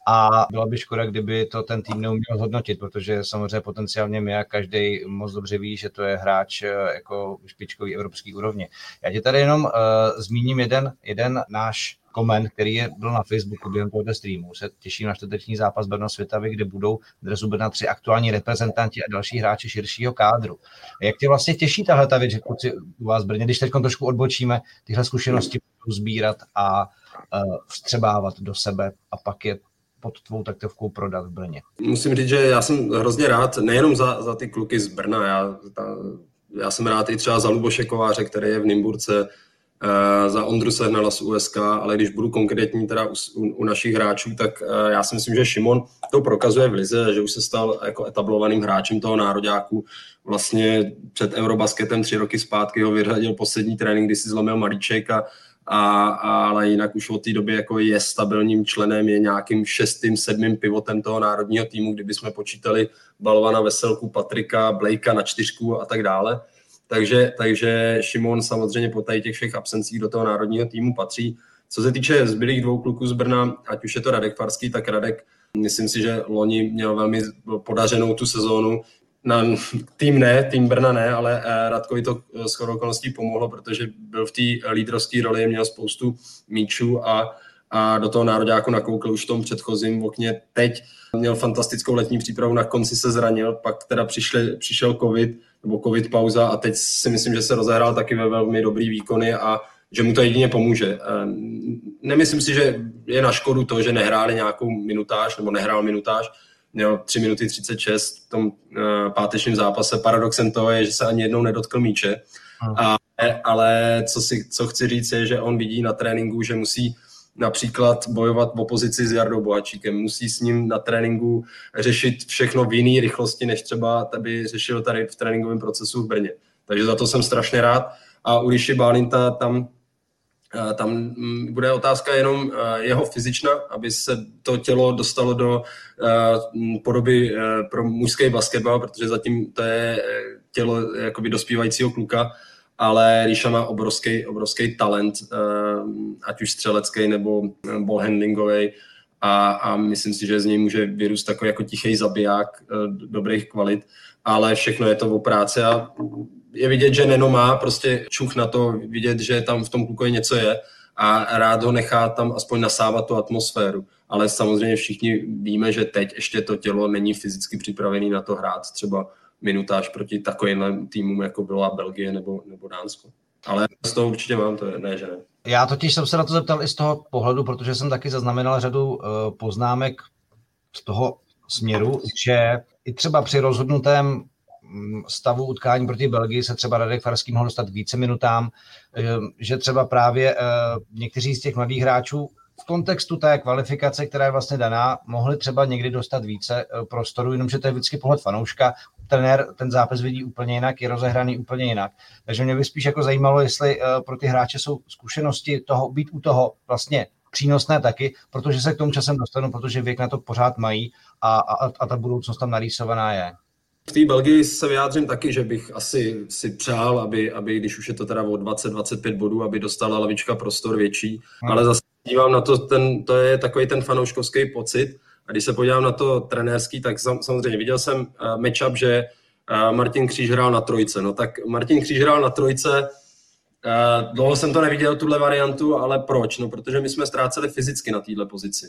a byla by škoda, kdyby to ten tým neuměl hodnotit, protože samozřejmě potenciálně my a každý moc dobře ví, že to je hráč jako špičkový evropský úrovně. Já tě tady jenom uh, zmíním jeden, jeden náš koment, který je, byl na Facebooku během tohoto streamu. Se těším na čtvrteční zápas Brno Svitavy, kde budou v dresu Brna tři aktuální reprezentanti a další hráči širšího kádru. Jak tě vlastně těší tahle ta věc, že kluci u vás v Brně, když teď trošku odbočíme, tyhle zkušenosti budou sbírat a uh, vstřebávat do sebe a pak je pod tvou taktovkou prodat v Brně? Musím říct, že já jsem hrozně rád, nejenom za, za ty kluky z Brna, já, ta, já jsem rád i třeba za Luboše Kováře, který je v Nymburce, uh, za Ondru Sehnala z U S K, ale když budu konkrétní teda u, u, u našich hráčů, tak uh, já si myslím, že Šimon to prokazuje v lize, že už se stal jako etablovaným hráčem toho nároďáku. Vlastně před Eurobasketem tři roky zpátky ho vyřadil poslední trénink, kdy si zlomil malíček a A, ale jinak už od té doby jako je stabilním členem, je nějakým šestým, sedmým pivotem toho národního týmu, kdyby jsme počítali Balovana, Veselku, Patrika, Blakea na čtyřku a tak dále. Takže, takže Šimon samozřejmě po tady těch všech absencích do toho národního týmu patří. Co se týče zbylých dvou kluků z Brna, ať už je to Radek Farský, tak Radek, myslím si, že loni měl velmi podařenou tu sezónu. Na tým ne, tým Brna ne, ale Radkovi to shodou okolností pomohlo, protože byl v té lídrovské roli, měl spoustu míčů a, a do toho nároďáku nakoukl už v tom předchozím okně. Teď měl fantastickou letní přípravu, na konci se zranil, pak teda přišel, přišel covid, nebo covid pauza a teď si myslím, že se rozehrál taky ve velmi dobrý výkony a že mu to jedině pomůže. Nemyslím si, že je na škodu to, že nehráli nějakou minutáž, nebo nehrál minutáž, měl tři minuty třicet šest v tom uh, pátečním zápase. Paradoxem toho je, že se ani jednou nedotkl míče. A, ale co, si, co chci říct je, že on vidí na tréninku, že musí například bojovat v opozici s Jardou Bohačíkem. Musí s ním na tréninku řešit všechno v jiné rychlosti, než třeba by řešil tady v tréninkovém procesu v Brně. Takže za to jsem strašně rád. A u Riši Bálinta tam Tam bude otázka jenom jeho fyzična, aby se to tělo dostalo do podoby pro mužský basketbal, protože zatím to je tělo jakoby dospívajícího kluka, ale Ríša má obrovský, obrovský talent, ať už střelecký nebo ballhandlingový a, a myslím si, že z něj může vyrůst takový jako tichý zabiják dobrých kvalit, ale všechno je to o práci a je vidět, že Neno má prostě čuch na to, vidět, že tam v tom klukovi něco je a rád ho nechá tam aspoň nasávat tu atmosféru. Ale samozřejmě všichni víme, že teď ještě to tělo není fyzicky připravené na to hrát třeba minutáž proti takovým týmům, jako byla Belgie nebo, nebo Dánsko. Ale z toho určitě mám, to je, ne, že ne. Já totiž jsem se na to zeptal i z toho pohledu, protože jsem taky zaznamenal řadu uh, poznámek z toho směru, že i třeba při rozhodnutém stavu utkání proti Belgii se třeba Radek Farský mohl dostat více minutám, že třeba právě někteří z těch mladých hráčů v kontextu té kvalifikace, která je vlastně daná, mohli třeba někdy dostat více prostoru, jenomže to je vždycky pohled fanouška, trenér ten zápas vidí úplně jinak, je rozehraný úplně jinak. Takže mě by spíš jako zajímalo, jestli pro ty hráče jsou zkušenosti toho být u toho vlastně přínosné taky, protože se k tomu časem dostanou, protože věk na to pořád mají a, a, a ta budoucnost tam narýsovaná je. V té Belgii se vyjádřím taky, že bych asi si přál, aby, aby když už je to teda o dvacet dvacet pět bodů, aby dostala lavička prostor větší, hmm. ale zase dívám na to, ten, to je takový ten fanouškovský pocit. A když se podívám na to trenérský, tak samozřejmě viděl jsem uh, matchup, že uh, Martin Kříž hrál na trojce. No tak Martin Kříž hrál na trojce, uh, dlouho jsem to neviděl, tuhle variantu, ale proč? No protože my jsme ztráceli fyzicky na téhle pozici.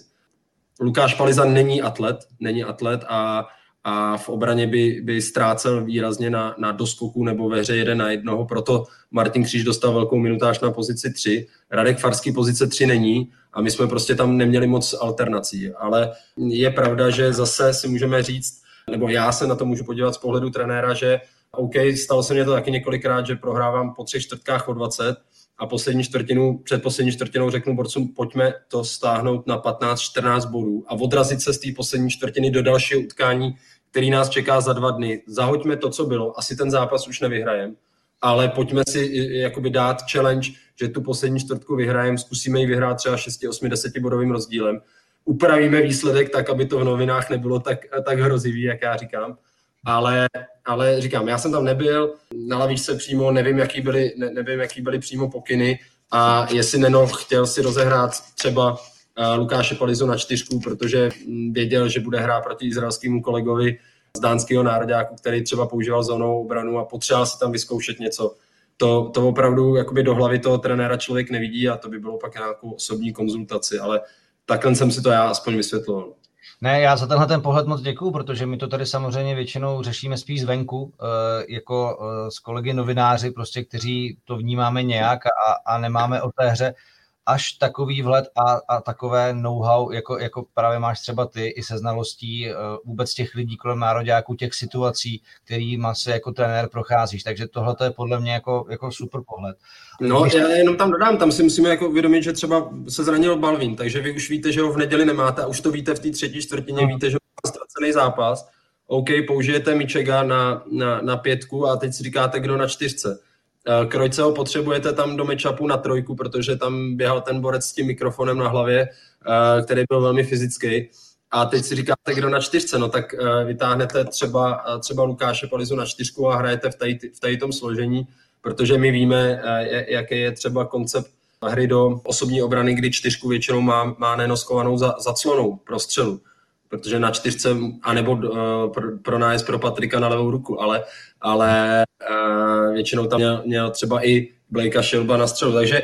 Lukáš Paliza není atlet, není atlet a a v obraně by, by ztrácel výrazně na, na doskoku nebo ve hře jeden na jednoho, proto Martin Kříž dostal velkou minutáž na pozici tři, Radek Farský pozice tři není a my jsme prostě tam neměli moc alternací, ale je pravda, že zase si můžeme říct, nebo já se na to můžu podívat z pohledu trenéra, že OK, stalo se mně to taky několikrát, že prohrávám po třech čtvrtkách o dvacet a poslední čtvrtinu, před poslední čtvrtinou řeknu borcům, pojďme to stáhnout na patnáct čtrnáct bodů a odrazit se z té poslední čtvrtiny do dalšího utkání, který nás čeká za dva dny. Zahoďme to, co bylo. Asi ten zápas už nevyhrajeme, ale pojďme si jakoby dát challenge, že tu poslední čtvrtku vyhrajeme, zkusíme ji vyhrát třeba šest, osm, deset bodovým rozdílem. Upravíme výsledek tak, aby to v novinách nebylo tak, tak hrozivý, jak já říkám. Ale, ale říkám, já jsem tam nebyl, na lavičce přímo, nevím, jaký byly, ne, nevím, jaký byly přímo pokyny a jestli Neno chtěl si rozehrát třeba uh, Lukáše Palizu na čtyřku, protože věděl, že bude hrát proti izraelskému kolegovi z dánského nároďáku, který třeba používal zónovou obranu a potřeboval si tam vyzkoušet něco. To, to opravdu jakoby do hlavy toho trenéra člověk nevidí a to by bylo pak nějakou osobní konzultaci, ale takhle jsem si to já aspoň vysvětloval. Ne, já za tenhle ten pohled moc děkuju, protože my to tady samozřejmě většinou řešíme spíš zvenku, jako s kolegy novináři, prostě, kteří to vnímáme nějak a, a nemáme o té hře až takový vhled a, a takové know-how, jako, jako právě máš třeba ty, i se znalostí vůbec těch lidí kolem nároďáků, těch situací, kterými se jako trenér procházíš. Takže tohle je podle mě jako, jako super pohled. No, Když... já jenom tam dodám, tam si musíme jako uvědomit, že třeba se zranil Balvin, takže vy už víte, že ho v neděli nemáte a už to víte v té třetí čtvrtině, no. Víte, že má ztracený zápas. OK, použijete Mičega na, na, na pětku a teď si říkáte, kdo na čtyřce. Krojce ho potřebujete tam do matchupu na trojku, protože tam běhal ten borec s tím mikrofonem na hlavě, který byl velmi fyzický. A teď si říkáte, kdo na čtyřce, no tak vytáhnete třeba, třeba Lukáše Palizu na čtyřku a hrajete v tady, v tady tom složení, protože my víme, jaký je třeba koncept hry do osobní obrany, kdy čtyřku většinou má, má Neno schovanou za, za clonou pro střelu. Protože na čtyřce, anebo uh, pro, pro nájezd pro Patrika na levou ruku, ale, ale uh, většinou tam měl, měl třeba i Blakea Shelba na střelu. Takže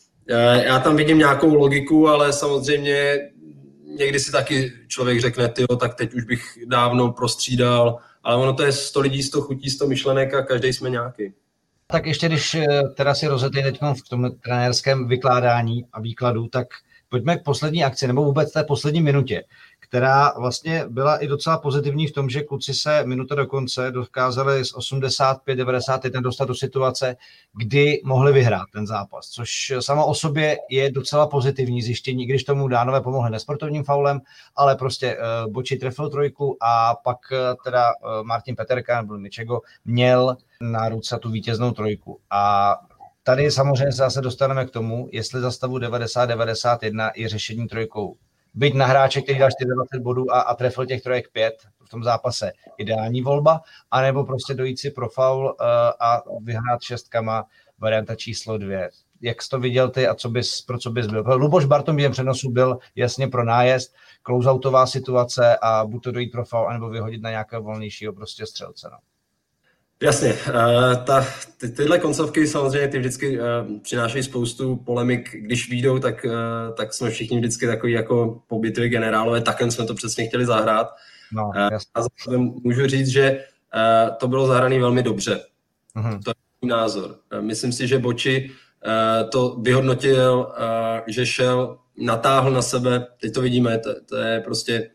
uh, já tam vidím nějakou logiku, ale samozřejmě někdy si taky člověk řekne, tyjo, tak teď už bych dávno prostřídal, ale ono to je sto lidí, sto chutí, sto myšlenek a každý jsme nějaký. Tak ještě když teda si rozetej teď v tom trenérském vykládání a výkladu, tak pojďme k poslední akci, nebo vůbec té poslední minutě, která vlastně byla i docela pozitivní v tom, že kluci se minuta do konce dokázali z osmdesát pět devadesát jedna dostat do situace, kdy mohli vyhrát ten zápas, což samo o sobě je docela pozitivní zjištění, když tomu Dánové pomohli nesportovním faulem, ale prostě uh, Boči trefil trojku a pak uh, teda uh, Martin Peterka nebo Mičego měl na ruce tu vítěznou trojku. A tady samozřejmě se zase dostaneme k tomu, jestli za stavu devadesát devadesát jedna je řešení trojkou. Byť na hráče, který dal dvacet čtyři bodů a, a trefil těch trojek pět v tom zápase, ideální volba, anebo prostě dojít si pro faul uh, a vyhrát šestkama, varianta číslo dvě. Jak jsi to viděl ty a co bys, pro co bys byl? Luboš Barton během přenosu byl jasně pro nájezd, closeoutová situace a buď to dojít pro faul, anebo vyhodit na nějakého volnějšího prostě střelce. No. Jasně, ta, ty, tyhle koncovky samozřejmě ty vždycky uh, přinášejí spoustu polemik, když vyjdou, tak, uh, tak jsme všichni vždycky takový jako po bitvě generálové, takhle jsme to přesně chtěli zahrát. No, uh, a zase můžu říct, že uh, to bylo zahrané velmi dobře. Uh-huh. To je můj názor. Uh, myslím si, že Boči uh, to vyhodnotil, uh, že šel, natáhl na sebe, teď to vidíme, to, to je prostě,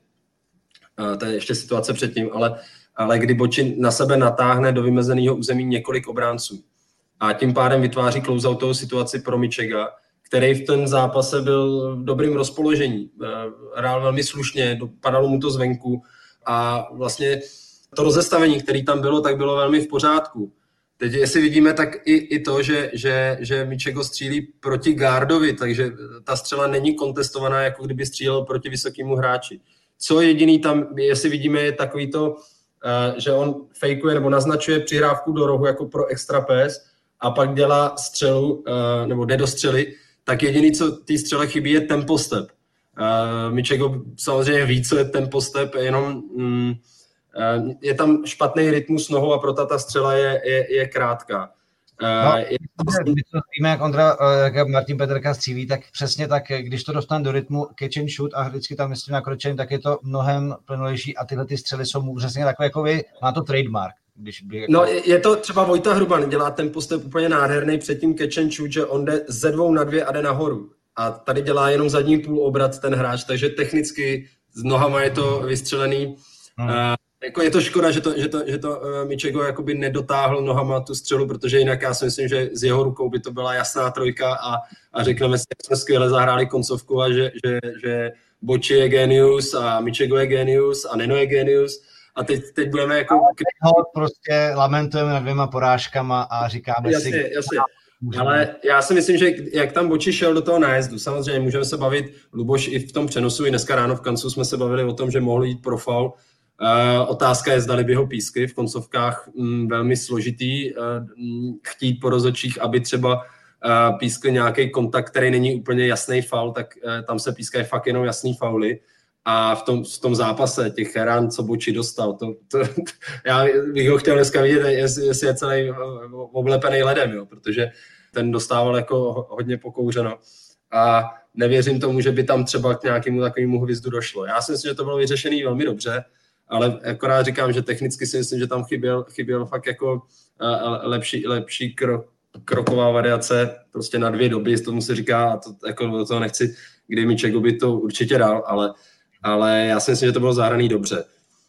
uh, to je ještě situace předtím, ale ale kdy Boči na sebe natáhne do vymezeného území několik obránců. A tím pádem vytváří closeoutovou situaci pro Mičega, který v tom zápase byl v dobrým rozpoložení. Hrál velmi slušně, dopadalo mu to zvenku a vlastně to rozestavení, které tam bylo, tak bylo velmi v pořádku. Teď jestli vidíme, tak i, i to, že, že, že Mičego střílí proti Gardovi, takže ta střela není kontestovaná, jako kdyby střílel proti vysokému hráči. Co jediný tam, jestli vidíme, je takový to, že on fejkuje nebo naznačuje přihrávku do rohu jako pro extra pass a pak dělá střelu, nebo jde do střely, tak jediný, co té střele chybí, je tempo step. Mičego samozřejmě ví, co je tempo step, jenom mm, je tam špatný rytmus nohou a proto ta střela je, je, je krátká. No, je, my to víme, jak Ondra, jak Martin Petrka střílí, tak přesně tak, když to dostane do rytmu catch and shoot a vždycky tam myslím nakročení, tak je to mnohem plynulejší a tyhle ty střely jsou přesně takové, jako vy, má to trademark. Když by jako... No je to třeba Vojta Hruban, dělá ten postup úplně nádherný před tím catch and shoot, že on jde ze dvou na dvě a jde nahoru. A tady dělá jenom zadní půl obrat ten hráč, takže technicky s nohama je to vystřelený. Hmm. Uh, jako je to škoda, že to, že to, že to uh, Mičego jakoby nedotáhl nohama tu střelu, protože jinak já si myslím, že z jeho rukou by to byla jasná trojka a, a řekneme si, jak jsme skvěle zahráli koncovku a že, že, že Boči je genius a Mičego je genius a Neno je genius. A teď, teď budeme jako... Prostě lamentujeme nad dvěma porážkama a říkáme jasně, si... Jasně. Ale já si myslím, že jak tam Boči šel do toho nájezdu, samozřejmě můžeme se bavit, Luboš i v tom přenosu, i dneska ráno v Kancu jsme se bavili o tom, že mohl jít pro faul. Uh, otázka je, zdali by ho pískli v koncovkách, mm, velmi složitý, uh, chtít po rozhodčích, aby třeba uh, pískli nějaký kontakt, který není úplně jasný faul, tak uh, tam se pískají fakt jenom jasný fauly. A v tom, v tom zápase těch rán, co Boči dostal, to, to, to, já bych ho chtěl dneska vidět, jestli, jestli je celý oblepený ledem, jo, protože ten dostával jako hodně pokouřeno. A nevěřím tomu, že by tam třeba k nějakému takovému hvizdu došlo. Já si myslím, že to bylo vyřešené velmi dobře, ale akorát říkám, že technicky si myslím, že tam chyběl, chyběl fakt jako lepší, lepší krok, kroková variace, prostě na dvě doby, tomu se říká, a to, jako do toho nechci, kdy Mičego by to určitě dal, ale ale já si myslím, že to bylo zahraný dobře.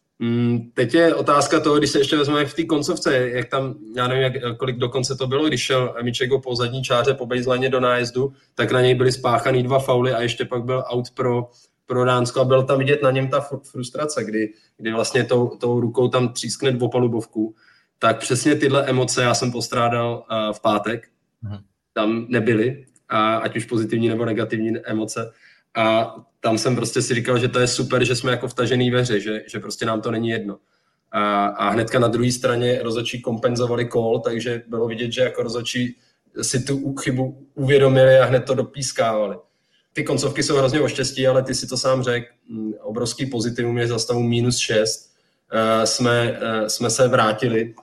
Mm, teď je otázka toho, když se ještě vezmeme v té koncovce, jak tam, já nevím, jak, kolik dokonce to bylo, když šel Mičego po zadní čáře, po baseline do nájezdu, tak na něj byly spáchaný dva fauly a ještě pak byl out pro, pro Dánsko a byl tam vidět na něm ta frustrace, kdy, kdy vlastně tou, tou rukou tam třískne dvopalubovku. Tak přesně tyhle emoce já jsem postrádal uh, v pátek. Mhm. Tam nebyly, a ať už pozitivní nebo negativní emoce. A tam jsem prostě si říkal, že to je super, že jsme jako vtažený ve hře, že, že prostě nám to není jedno. A, a hnedka na druhé straně rozhodčí kompenzovali call, takže bylo vidět, že jako rozhodčí si tu chybu uvědomili a hned to dopískávali. Ty koncovky jsou hrozně o štěstí, ale ty si to sám řekl. Obrovský pozitivum je za stavu minus šest. Uh, jsme, uh, jsme se vrátili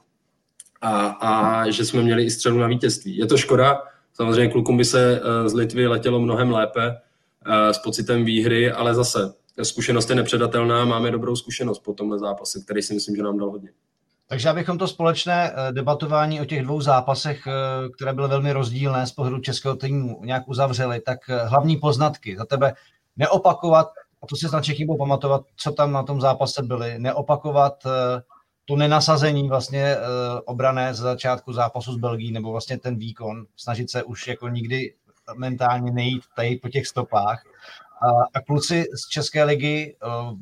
a, a že jsme měli i střelu na vítězství. Je to škoda, samozřejmě klukům by se uh, z Litvy letělo mnohem lépe, s pocitem výhry, ale zase zkušenost je nepředatelná, máme dobrou zkušenost po tomhle zápase, který si myslím, že nám dal hodně. Takže abychom to společné debatování o těch dvou zápasech, které byly velmi rozdílné z pohledu českého týmu, nějak uzavřeli, tak hlavní poznatky za tebe neopakovat, a to si snad všichni budou pamatovat, co tam na tom zápase byly, neopakovat to nenasazení vlastně obrané z začátku zápasu s Belgií, nebo vlastně ten výkon, snažit se už jako nikdy mentálně nejít tady po těch stopách. A, a kluci z České ligy uh,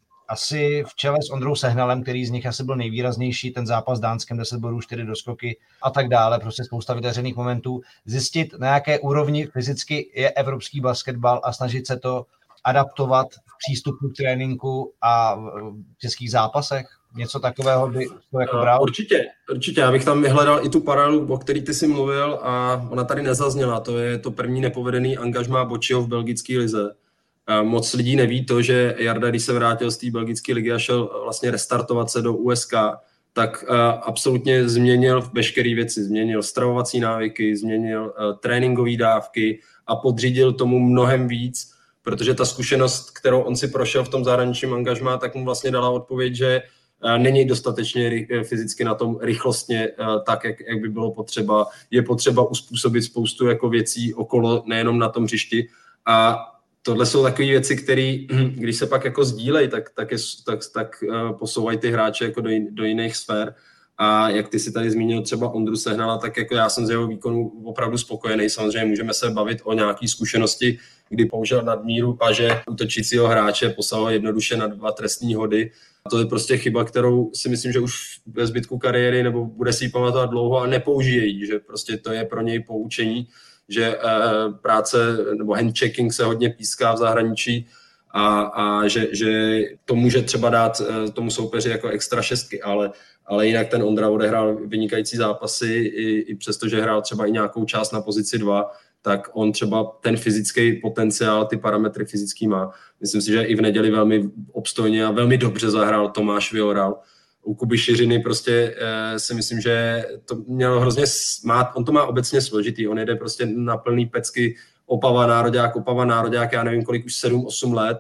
asi v čele s Ondrou Sehnalem, který z nich asi byl nejvýraznější, ten zápas s Dánskem, deset bodů, čtyři doskoky a tak dále, prostě spousta vydařených momentů, zjistit, na jaké úrovni fyzicky je evropský basketbal a snažit se to adaptovat v přístupu k tréninku a v českých zápasech. Něco takového by to jako bral? Určitě, určitě. Já bych tam vyhledal i tu paralelu, o který ty jsi mluvil a ona tady nezazněla. To je to první nepovedený angažmá Bočiho v belgické lize. Moc lidí neví to, že Jarda, když se vrátil z té belgické ligy a šel vlastně restartovat se do U S K, tak absolutně změnil veškeré věci. Změnil stravovací návyky, změnil tréninkové dávky a podřídil tomu mnohem víc, protože ta zkušenost, kterou on si prošel v tom zahraničním angažmá, tak mu vlastně dala odpověď, že není dostatečně fyzicky na tom rychlostně tak, jak, jak by bylo potřeba. Je potřeba uspůsobit spoustu jako věcí okolo, nejenom na tom hřišti. A tohle jsou takové věci, které, když se pak jako sdílejí, tak, tak, je, tak, tak posouvají ty hráče jako do, do jiných sfér. A jak ty si tady zmínil třeba Ondru Sehnala, tak jako já jsem z jeho výkonu opravdu spokojený. Samozřejmě můžeme se bavit o nějaké zkušenosti, kdy použil nadmíru paže útočícího hráče, poslal jednoduše na dva trestní hody. A to je prostě chyba, kterou si myslím, že už ve zbytku kariéry nebo bude si ji pamatovat dlouho a nepoužije ji, že prostě to je pro něj poučení, že uh, práce nebo handchecking se hodně píská v zahraničí a, a že, že to může třeba dát uh, tomu soupeři jako extra šestky, ale ale jinak ten Ondra odehrál vynikající zápasy, i, i přesto, že hrál třeba i nějakou část na pozici dva, tak on třeba ten fyzický potenciál, ty parametry fyzický má. Myslím si, že i v neděli velmi obstojně a velmi dobře zahrál Tomáš Vyoral. U Kuby Šiřiny prostě eh, si myslím, že to mělo hrozně, má, on to má obecně složitý, on jede prostě na plný pecky Opava nároďák, Opava nároďák, já nevím kolik, už sedm osm let,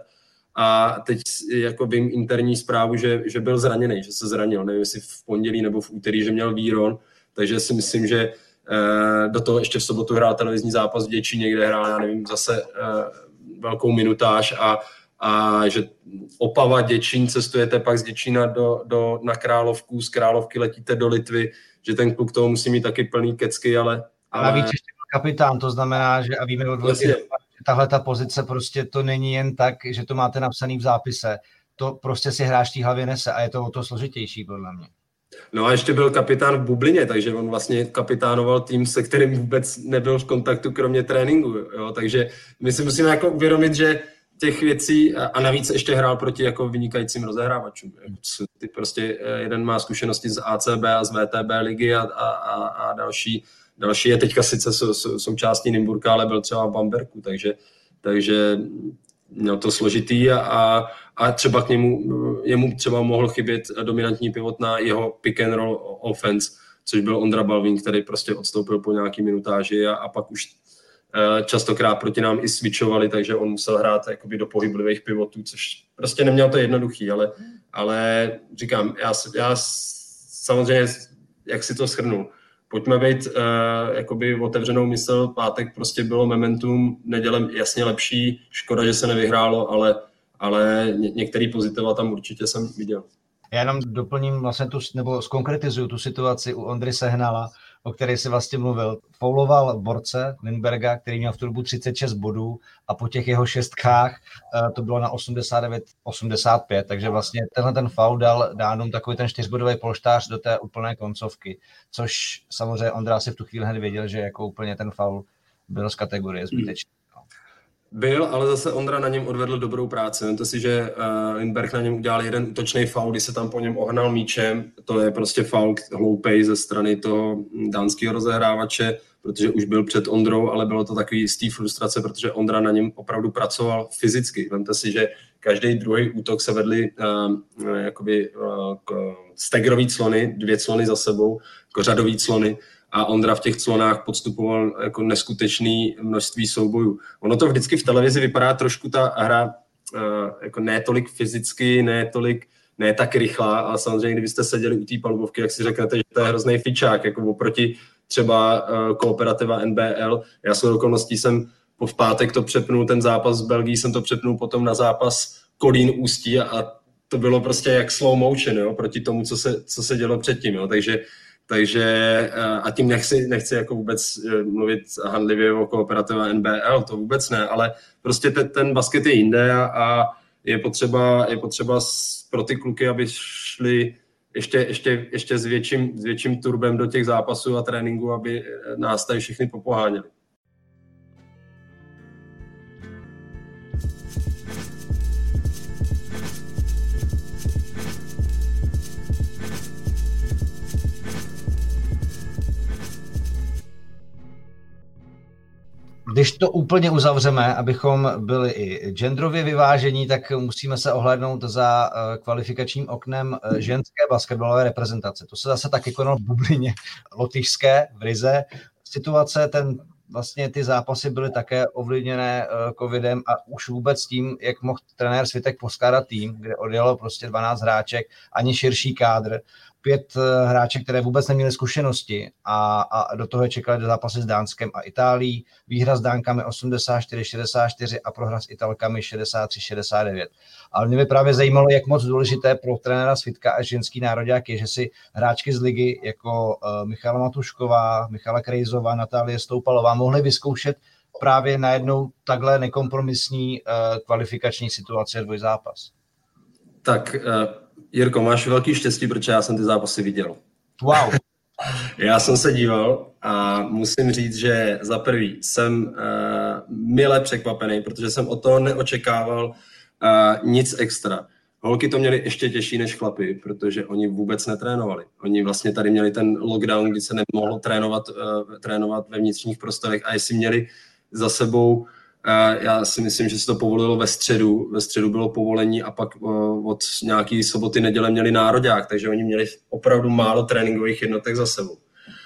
a teď jako vím interní zprávu, že, že byl zraněný, že se zranil, nevím jestli v pondělí nebo v úterý, že měl výron, takže si myslím, že eh, do toho ještě v sobotu hrál televizní zápas v Děčíně, kde hrál, já nevím, zase eh, velkou minutáž a, a že Opava, Děčín, cestujete pak z Děčína do, do, na Královku, z Královky letíte do Litvy, že ten kluk toho musí mít taky plný kecky, ale... ale... A navíc ještě byl kapitán, to znamená, že a víme od vlastně, tahle ta pozice prostě to není jen tak, že to máte napsaný v zápise. To prostě si hráč té hlavě nese a je to o to složitější podle mě. No a ještě byl kapitán v bublině, takže on vlastně kapitánoval tým, se kterým vůbec nebyl v kontaktu kromě tréninku. Jo? Takže my si musíme jako uvědomit, že těch věcí a navíc ještě hrál proti jako vynikajícím rozehrávačům. Ty prostě jeden má zkušenosti z A C B a z V T B ligy a, a, a, a další Další je teďka sice sou, sou, součástí Nymburka, ale byl třeba v Bamberku, takže, takže měl to složitý a, a, a třeba k němu, jemu třeba mohl chybět dominantní pivot na jeho pick and roll offense, což byl Ondra Balvín, který prostě odstoupil po nějaký minutáži a, a pak už častokrát proti nám i switchovali, takže on musel hrát jakoby do pohyblivých pivotů, což prostě neměl to jednoduchý, ale, ale říkám, já, já samozřejmě, jak si to shrnul, pojďme být uh, jakoby otevřenou mysl, pátek prostě bylo momentum, neděle jasně lepší, škoda, že se nevyhrálo, ale, ale ně, některý pozitiva tam určitě jsem viděl. Já jenom doplním vlastně tu, nebo zkonkretizuju tu situaci u Ondry Sehnala, o které si vlastně mluvil. Fouloval borce Lindberga, který měl v tu dobu třicet šest bodů a po těch jeho šestkách to bylo na osmdesát devět osmdesát pět, takže vlastně tenhle ten faul dal Dánům takový ten čtyřbodový polštář do té úplné koncovky, což samozřejmě Ondra si v tu chvíli hned věděl, že jako úplně ten faul byl z kategorie zbytečný. Byl, ale zase Ondra na něm odvedl dobrou práci. Vemte si, že uh, Lindberg na něm udělal jeden útočný faul, kdy se tam po něm ohnal míčem. To je prostě faul hloupej ze strany toho dánského rozehrávače, protože už byl před Ondrou, ale bylo to takový jistý frustrace, protože Ondra na něm opravdu pracoval fyzicky. Vemte si, že každý druhý útok se vedli uh, jakoby uh, stegrový clony, dvě clony za sebou, kořadový clony, a Ondra v těch clonách podstupoval jako neskutečné množství soubojů. Ono to vždycky v televizi vypadá trošku ta hra uh, jako ne tolik fyzicky, ne tolik, ne tak rychlá, ale samozřejmě, kdybyste seděli u té palubovky, jak si řeknete, že to je hrozný fičák, jako oproti třeba uh, Kooperativa N B L. Já svou okolností jsem po v pátek to přepnul, ten zápas z Belgii jsem to přepnul potom na zápas Kolín Ústí a, a to bylo prostě jak slow motion, jo, proti tomu, co se, co se dělo předtím, jo, takže Takže a tím nechci, nechci jako vůbec mluvit handlivě o Kooperativa N B L, to vůbec ne, ale prostě ten, ten basket je jinde a, a je potřeba, je potřeba pro ty kluky, aby šli ještě, ještě, ještě s, větším, s větším turbem do těch zápasů a tréninku, aby nás tady všichni popoháněli. Když to úplně uzavřeme, abychom byli i genderově vyvážení, tak musíme se ohlédnout za kvalifikačním oknem ženské basketbalové reprezentace. To se zase taky konalo v bublině lotyšské v Rize. Situace, ten, vlastně ty zápasy byly také ovlivněné covidem a už vůbec tím, jak mohl trenér Svitek poskládat tým, kde odjelo prostě dvanáct hráček, ani širší kádr. pět hráček, které vůbec neměly zkušenosti a, a do toho je čekali do zápasy s Dánskem a Itálií. Výhra s Dánkami osmdesát čtyři šedesát čtyři a prohra s Italkami šedesát tři šedesát devět. Ale mě by právě zajímalo, jak moc důležité pro trenéra Svitka a ženský nároďák je, že si hráčky z ligy jako uh, Michala Matušková, Michala Krejzová, Natálie Stoupalová mohly vyzkoušet právě najednou takhle nekompromisní uh, kvalifikační situace dvojzápas. Tak, uh, Jirko, máš velký štěstí, protože já jsem ty zápasy viděl. Wow. Já jsem se díval a musím říct, že za prvý jsem uh, mile překvapený, protože jsem od toho neočekával uh, nic extra. Holky to měly ještě těžší než chlapy, protože oni vůbec netrénovali. Oni vlastně tady měli ten lockdown, kdy se nemohlo trénovat, uh, trénovat ve vnitřních prostorech a jestli měli za sebou, já si myslím, že se to povolilo ve středu, ve středu bylo povolení a pak od nějaký soboty, neděle měli nároďák, takže oni měli opravdu málo tréninkových jednotek za sebou.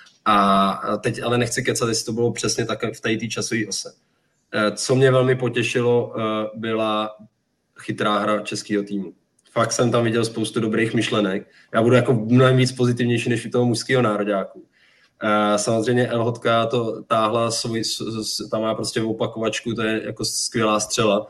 A teď ale nechci kecat, jestli to bylo přesně tak v té časové ose. Co mě velmi potěšilo, byla chytrá hra českého týmu. Fakt jsem tam viděl spoustu dobrých myšlenek. Já budu jako mnohem víc pozitivnější než u toho mužského nároďáku. Uh, samozřejmě Elhotka to táhla, svoj, tam má prostě opakovačku, to je jako skvělá střela. Uh,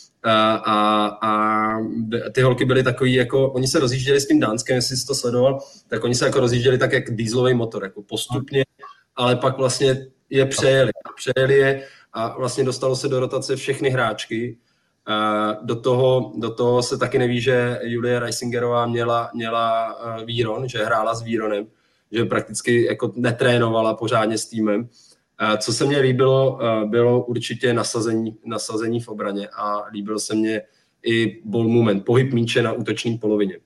a, a ty holky byly takový, jako, oni se rozjížděli s tím Dánskem, jestli jsi to sledoval, tak oni se jako rozjížděli tak jak dieselový motor, jako postupně, ale pak vlastně je přejeli. Přejeli je a vlastně dostalo se do rotace všechny hráčky. Uh, do, toho, do toho se taky neví, že Julie Reisingerová měla, měla uh, Víron, že hrála s Víronem, že prakticky jako netrénovala pořádně s týmem. Co se mně líbilo, bylo určitě nasazení, nasazení v obraně a líbil se mně i ball movement, pohyb míče na útočné polovině.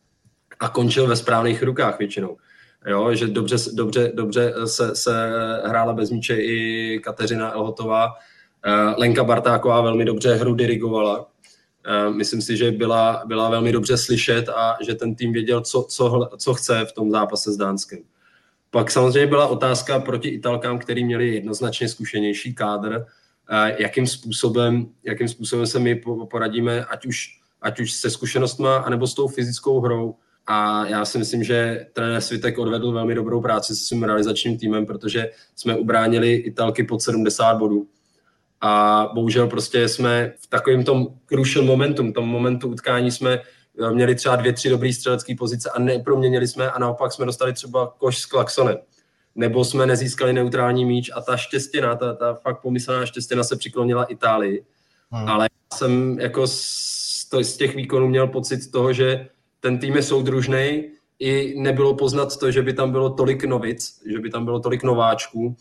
A končil ve správných rukách většinou. Jo, že dobře, dobře, dobře se, se hrála bez míče i Kateřina Elhotová. Lenka Bartáková velmi dobře hru dirigovala. Myslím si, že byla, byla velmi dobře slyšet a že ten tým věděl, co, co, co chce v tom zápase s Dánskem. Pak samozřejmě byla otázka proti Italkám, který měli jednoznačně zkušenější kádr, jakým způsobem, jakým způsobem se my poradíme, ať už, ať už se zkušenostma, anebo s tou fyzickou hrou. A já si myslím, že trenér Svitek odvedl velmi dobrou práci se svým realizačním týmem, protože jsme ubránili Italky pod sedmdesát bodů. A bohužel prostě jsme v takovém tom crucial momentum, tom momentu utkání jsme měli třeba dvě, tři dobrý střelecké pozice a neproměnili jsme a naopak jsme dostali třeba koš s klaksonem. Nebo jsme nezískali neutrální míč a ta štěstěna, ta, ta fakt pomyslná štěstěna se přiklonila Itálii. Hmm. Ale já jsem jako z, to, z těch výkonů měl pocit toho, že ten tým je soudružnej, i nebylo poznat to, že by tam bylo tolik novic, že by tam bylo tolik nováčků.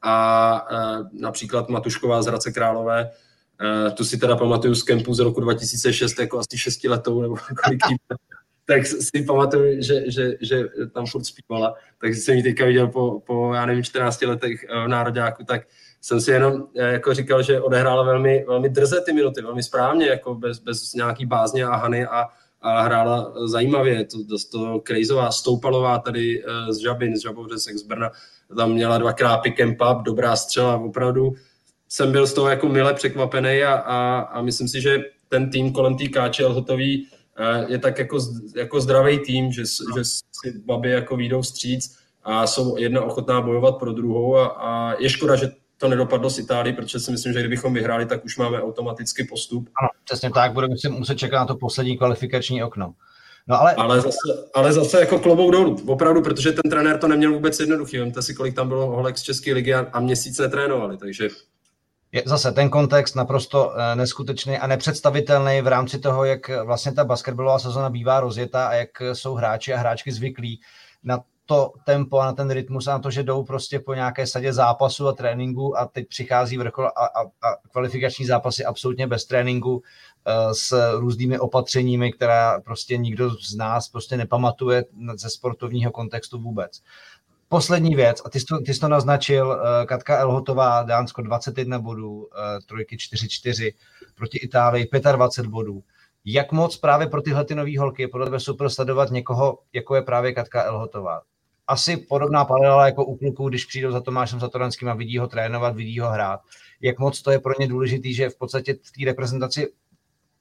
A e, například Matušková z Hradce Králové, e, tu si teda pamatuju z kempu z roku dva tisíce šest, jako asi šestiletou, nebo kolik tím, tak si pamatuju, že, že, že tam furt zpívala, takže jsem ji teďka viděl po, po já nevím, čtrnácti letech v nároďáku, tak jsem si jenom jako říkal, že odehrála velmi, velmi drze ty minuty, velmi správně, jako bez, bez nějaký bázně a hany a, a hrála zajímavě. To, to, to Krejzová, Stoupalová tady z Žabin, z Žabovře, z Brna, tam měla dvakrát pick and pop, dobrá střela, opravdu jsem byl z toho jako mile překvapený a, a, a myslím si, že ten tým kolem té Káče Elhotový je tak jako, jako zdravý tým, že, že si babi jako výjdou vstříc a jsou jedna ochotná bojovat pro druhou a, a je škoda, že to nedopadlo s Itálií, protože si myslím, že kdybychom vyhráli, tak už máme automaticky postup. Ano, přesně tak, budeme si muset čekat na to poslední kvalifikační okno. No ale... Ale, zase, ale zase jako klobouk dolů, opravdu, protože ten trenér to neměl vůbec jednoduchý. Vemte si, kolik tam bylo holek z České ligy a, a měsíc netrénovali, takže... Je zase ten kontext naprosto neskutečný a nepředstavitelný v rámci toho, jak vlastně ta basketbalová sezona bývá rozjetá a jak jsou hráči a hráčky zvyklí na to tempo a na ten rytmus a na to, že jdou prostě po nějaké sadě zápasu a tréninku a teď přichází vrchol a, a, a kvalifikační zápasy absolutně bez tréninku uh, s různými opatřeními, která prostě nikdo z nás prostě nepamatuje ze sportovního kontextu vůbec. Poslední věc, a ty jsi to, ty jsi to naznačil, uh, Katka Elhotová, Dánsko dvacet jedna bodů, uh, trojky čtyři čtyři, proti Itálii dvacet pět bodů. Jak moc právě pro tyhle ty nový holky je podle tebe super sledovat někoho, jako je právě Katka Elhotová? Asi podobná paralela jako u kluků, když přijdou za Tomášem Satoranským a vidí ho trénovat, vidí ho hrát. Jak moc to je pro ně důležitý, že v podstatě v té reprezentaci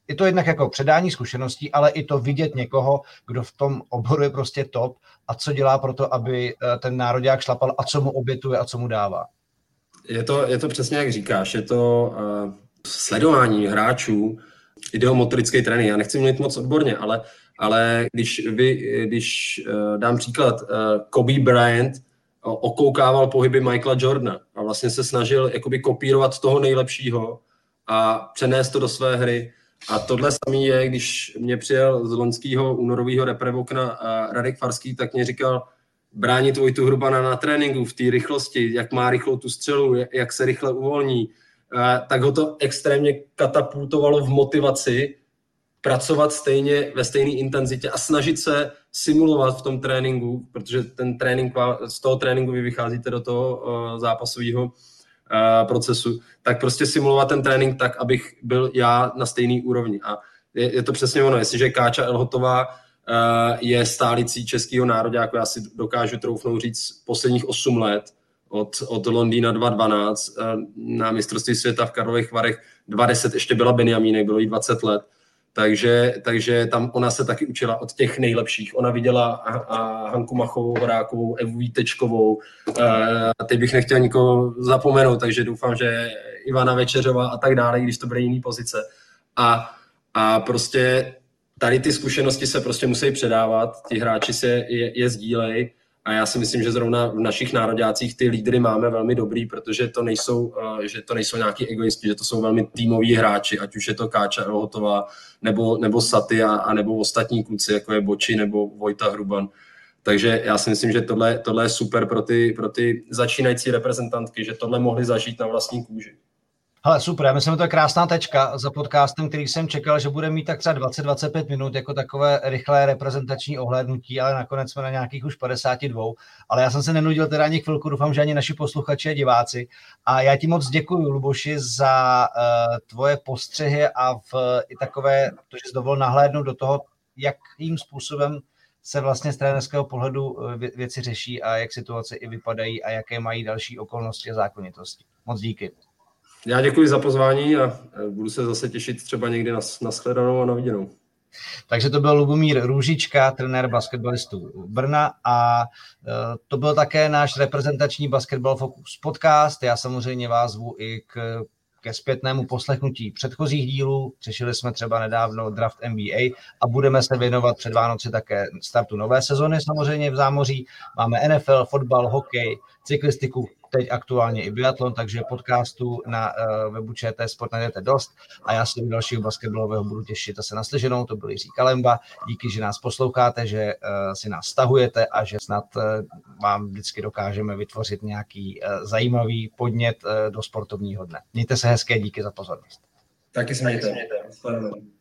je to jednak jako předání zkušeností, ale i to vidět někoho, kdo v tom oboru je prostě top a co dělá pro to, aby ten nároďák šlapal a co mu obětuje a co mu dává. Je to, je to přesně jak říkáš, je to uh, sledování hráčů, ideomotorický trénink. Já nechci mluvit moc odborně, ale, ale když, vy, když uh, dám příklad, uh, Kobe Bryant uh, okoukával pohyby Michaela Jordana a vlastně se snažil jakoby kopírovat toho nejlepšího a přenést to do své hry. A tohle samé je, když mě přijel z loňského únorového reprevokna uh, Radek Farský, tak mě říkal, bránit Vojtu Hrubana na tréninku v té rychlosti, jak má rychlou tu střelu, jak se rychle uvolní, tak ho to extrémně katapultovalo v motivaci pracovat stejně ve stejné intenzitě a snažit se simulovat v tom tréninku, protože ten trénink, z toho tréninku vy vycházíte do toho zápasového procesu, tak prostě simulovat ten trénink tak, abych byl já na stejný úrovni. A je, je to přesně ono, jestliže Káča Elhotová je stálicí českého nároďáku, já si dokážu troufnout říct posledních osm let, od, od Londýna dva tisíce dvanáct na mistrovství světa v Karlových Varech dva tisíce deset ještě byla Benjamínek, bylo jí dvacet let, takže, takže tam ona se taky učila od těch nejlepších. Ona viděla a, a Hanku Machovou, Horákovou, Evu Vítečkovou, a teď bych nechtěl nikoho zapomenout, takže doufám, že Ivana Večeřová a tak dále, když to bude jiný pozice. A, a prostě tady ty zkušenosti se prostě musí předávat, ti hráči se je, je sdílej a já si myslím, že zrovna v našich nároďácích ty lídry máme velmi dobrý, protože to nejsou, že to nejsou nějaký egoisti, že to jsou velmi týmoví hráči, ať už je to Káča Elhotová, nebo, nebo Saty a, a nebo ostatní kluci, jako je Boči nebo Vojta Hruban. Takže já si myslím, že tohle, tohle je super pro ty, pro ty začínající reprezentantky, že tohle mohli zažít na vlastní kůži. Hele, super, já myslím, že to je krásná tečka za podcastem, který jsem čekal, že bude mít tak třeba dvacet až dvacet pět minut jako takové rychlé reprezentační ohlédnutí, ale nakonec jsme na nějakých už padesáti dvou. Ale já jsem se nenudil teda ani chvilku, doufám, že ani naši posluchači a diváci. A já ti moc děkuji, Luboši, za uh, tvoje postřehy a v, i takové, to, že jsi dovolil nahlédnout do toho, jakým způsobem se vlastně z trenérského pohledu vě- věci řeší a jak situace i vypadají a jaké mají další okolnosti a zákonitosti. Moc díky. Já děkuji za pozvání a budu se zase těšit třeba někdy na, na shledanou a na viděnou. Takže to byl Lubomír Růžička, trenér basketbalistů Brna a to byl také náš reprezentační Basketball Focus podcast. Já samozřejmě vás zvu i k, ke zpětnému poslechnutí předchozích dílů. Řešili jsme třeba nedávno draft N B A a budeme se věnovat před Vánoci také startu nové sezony samozřejmě v zámoří. Máme N F L, fotbal, hokej, cyklistiku, teď aktuálně i biatlon, takže podcastů na uh, webu Č T Sport najdete dost a já se do dalšího basketbalového budu těšit zase naslyšenou, to byl Jiří Kalemba, díky, že nás posloucháte, že uh, si nás stahujete a že snad uh, vám vždycky dokážeme vytvořit nějaký uh, zajímavý podnět uh, do sportovního dne. Mějte se hezké, díky za pozornost. Taky se mějte.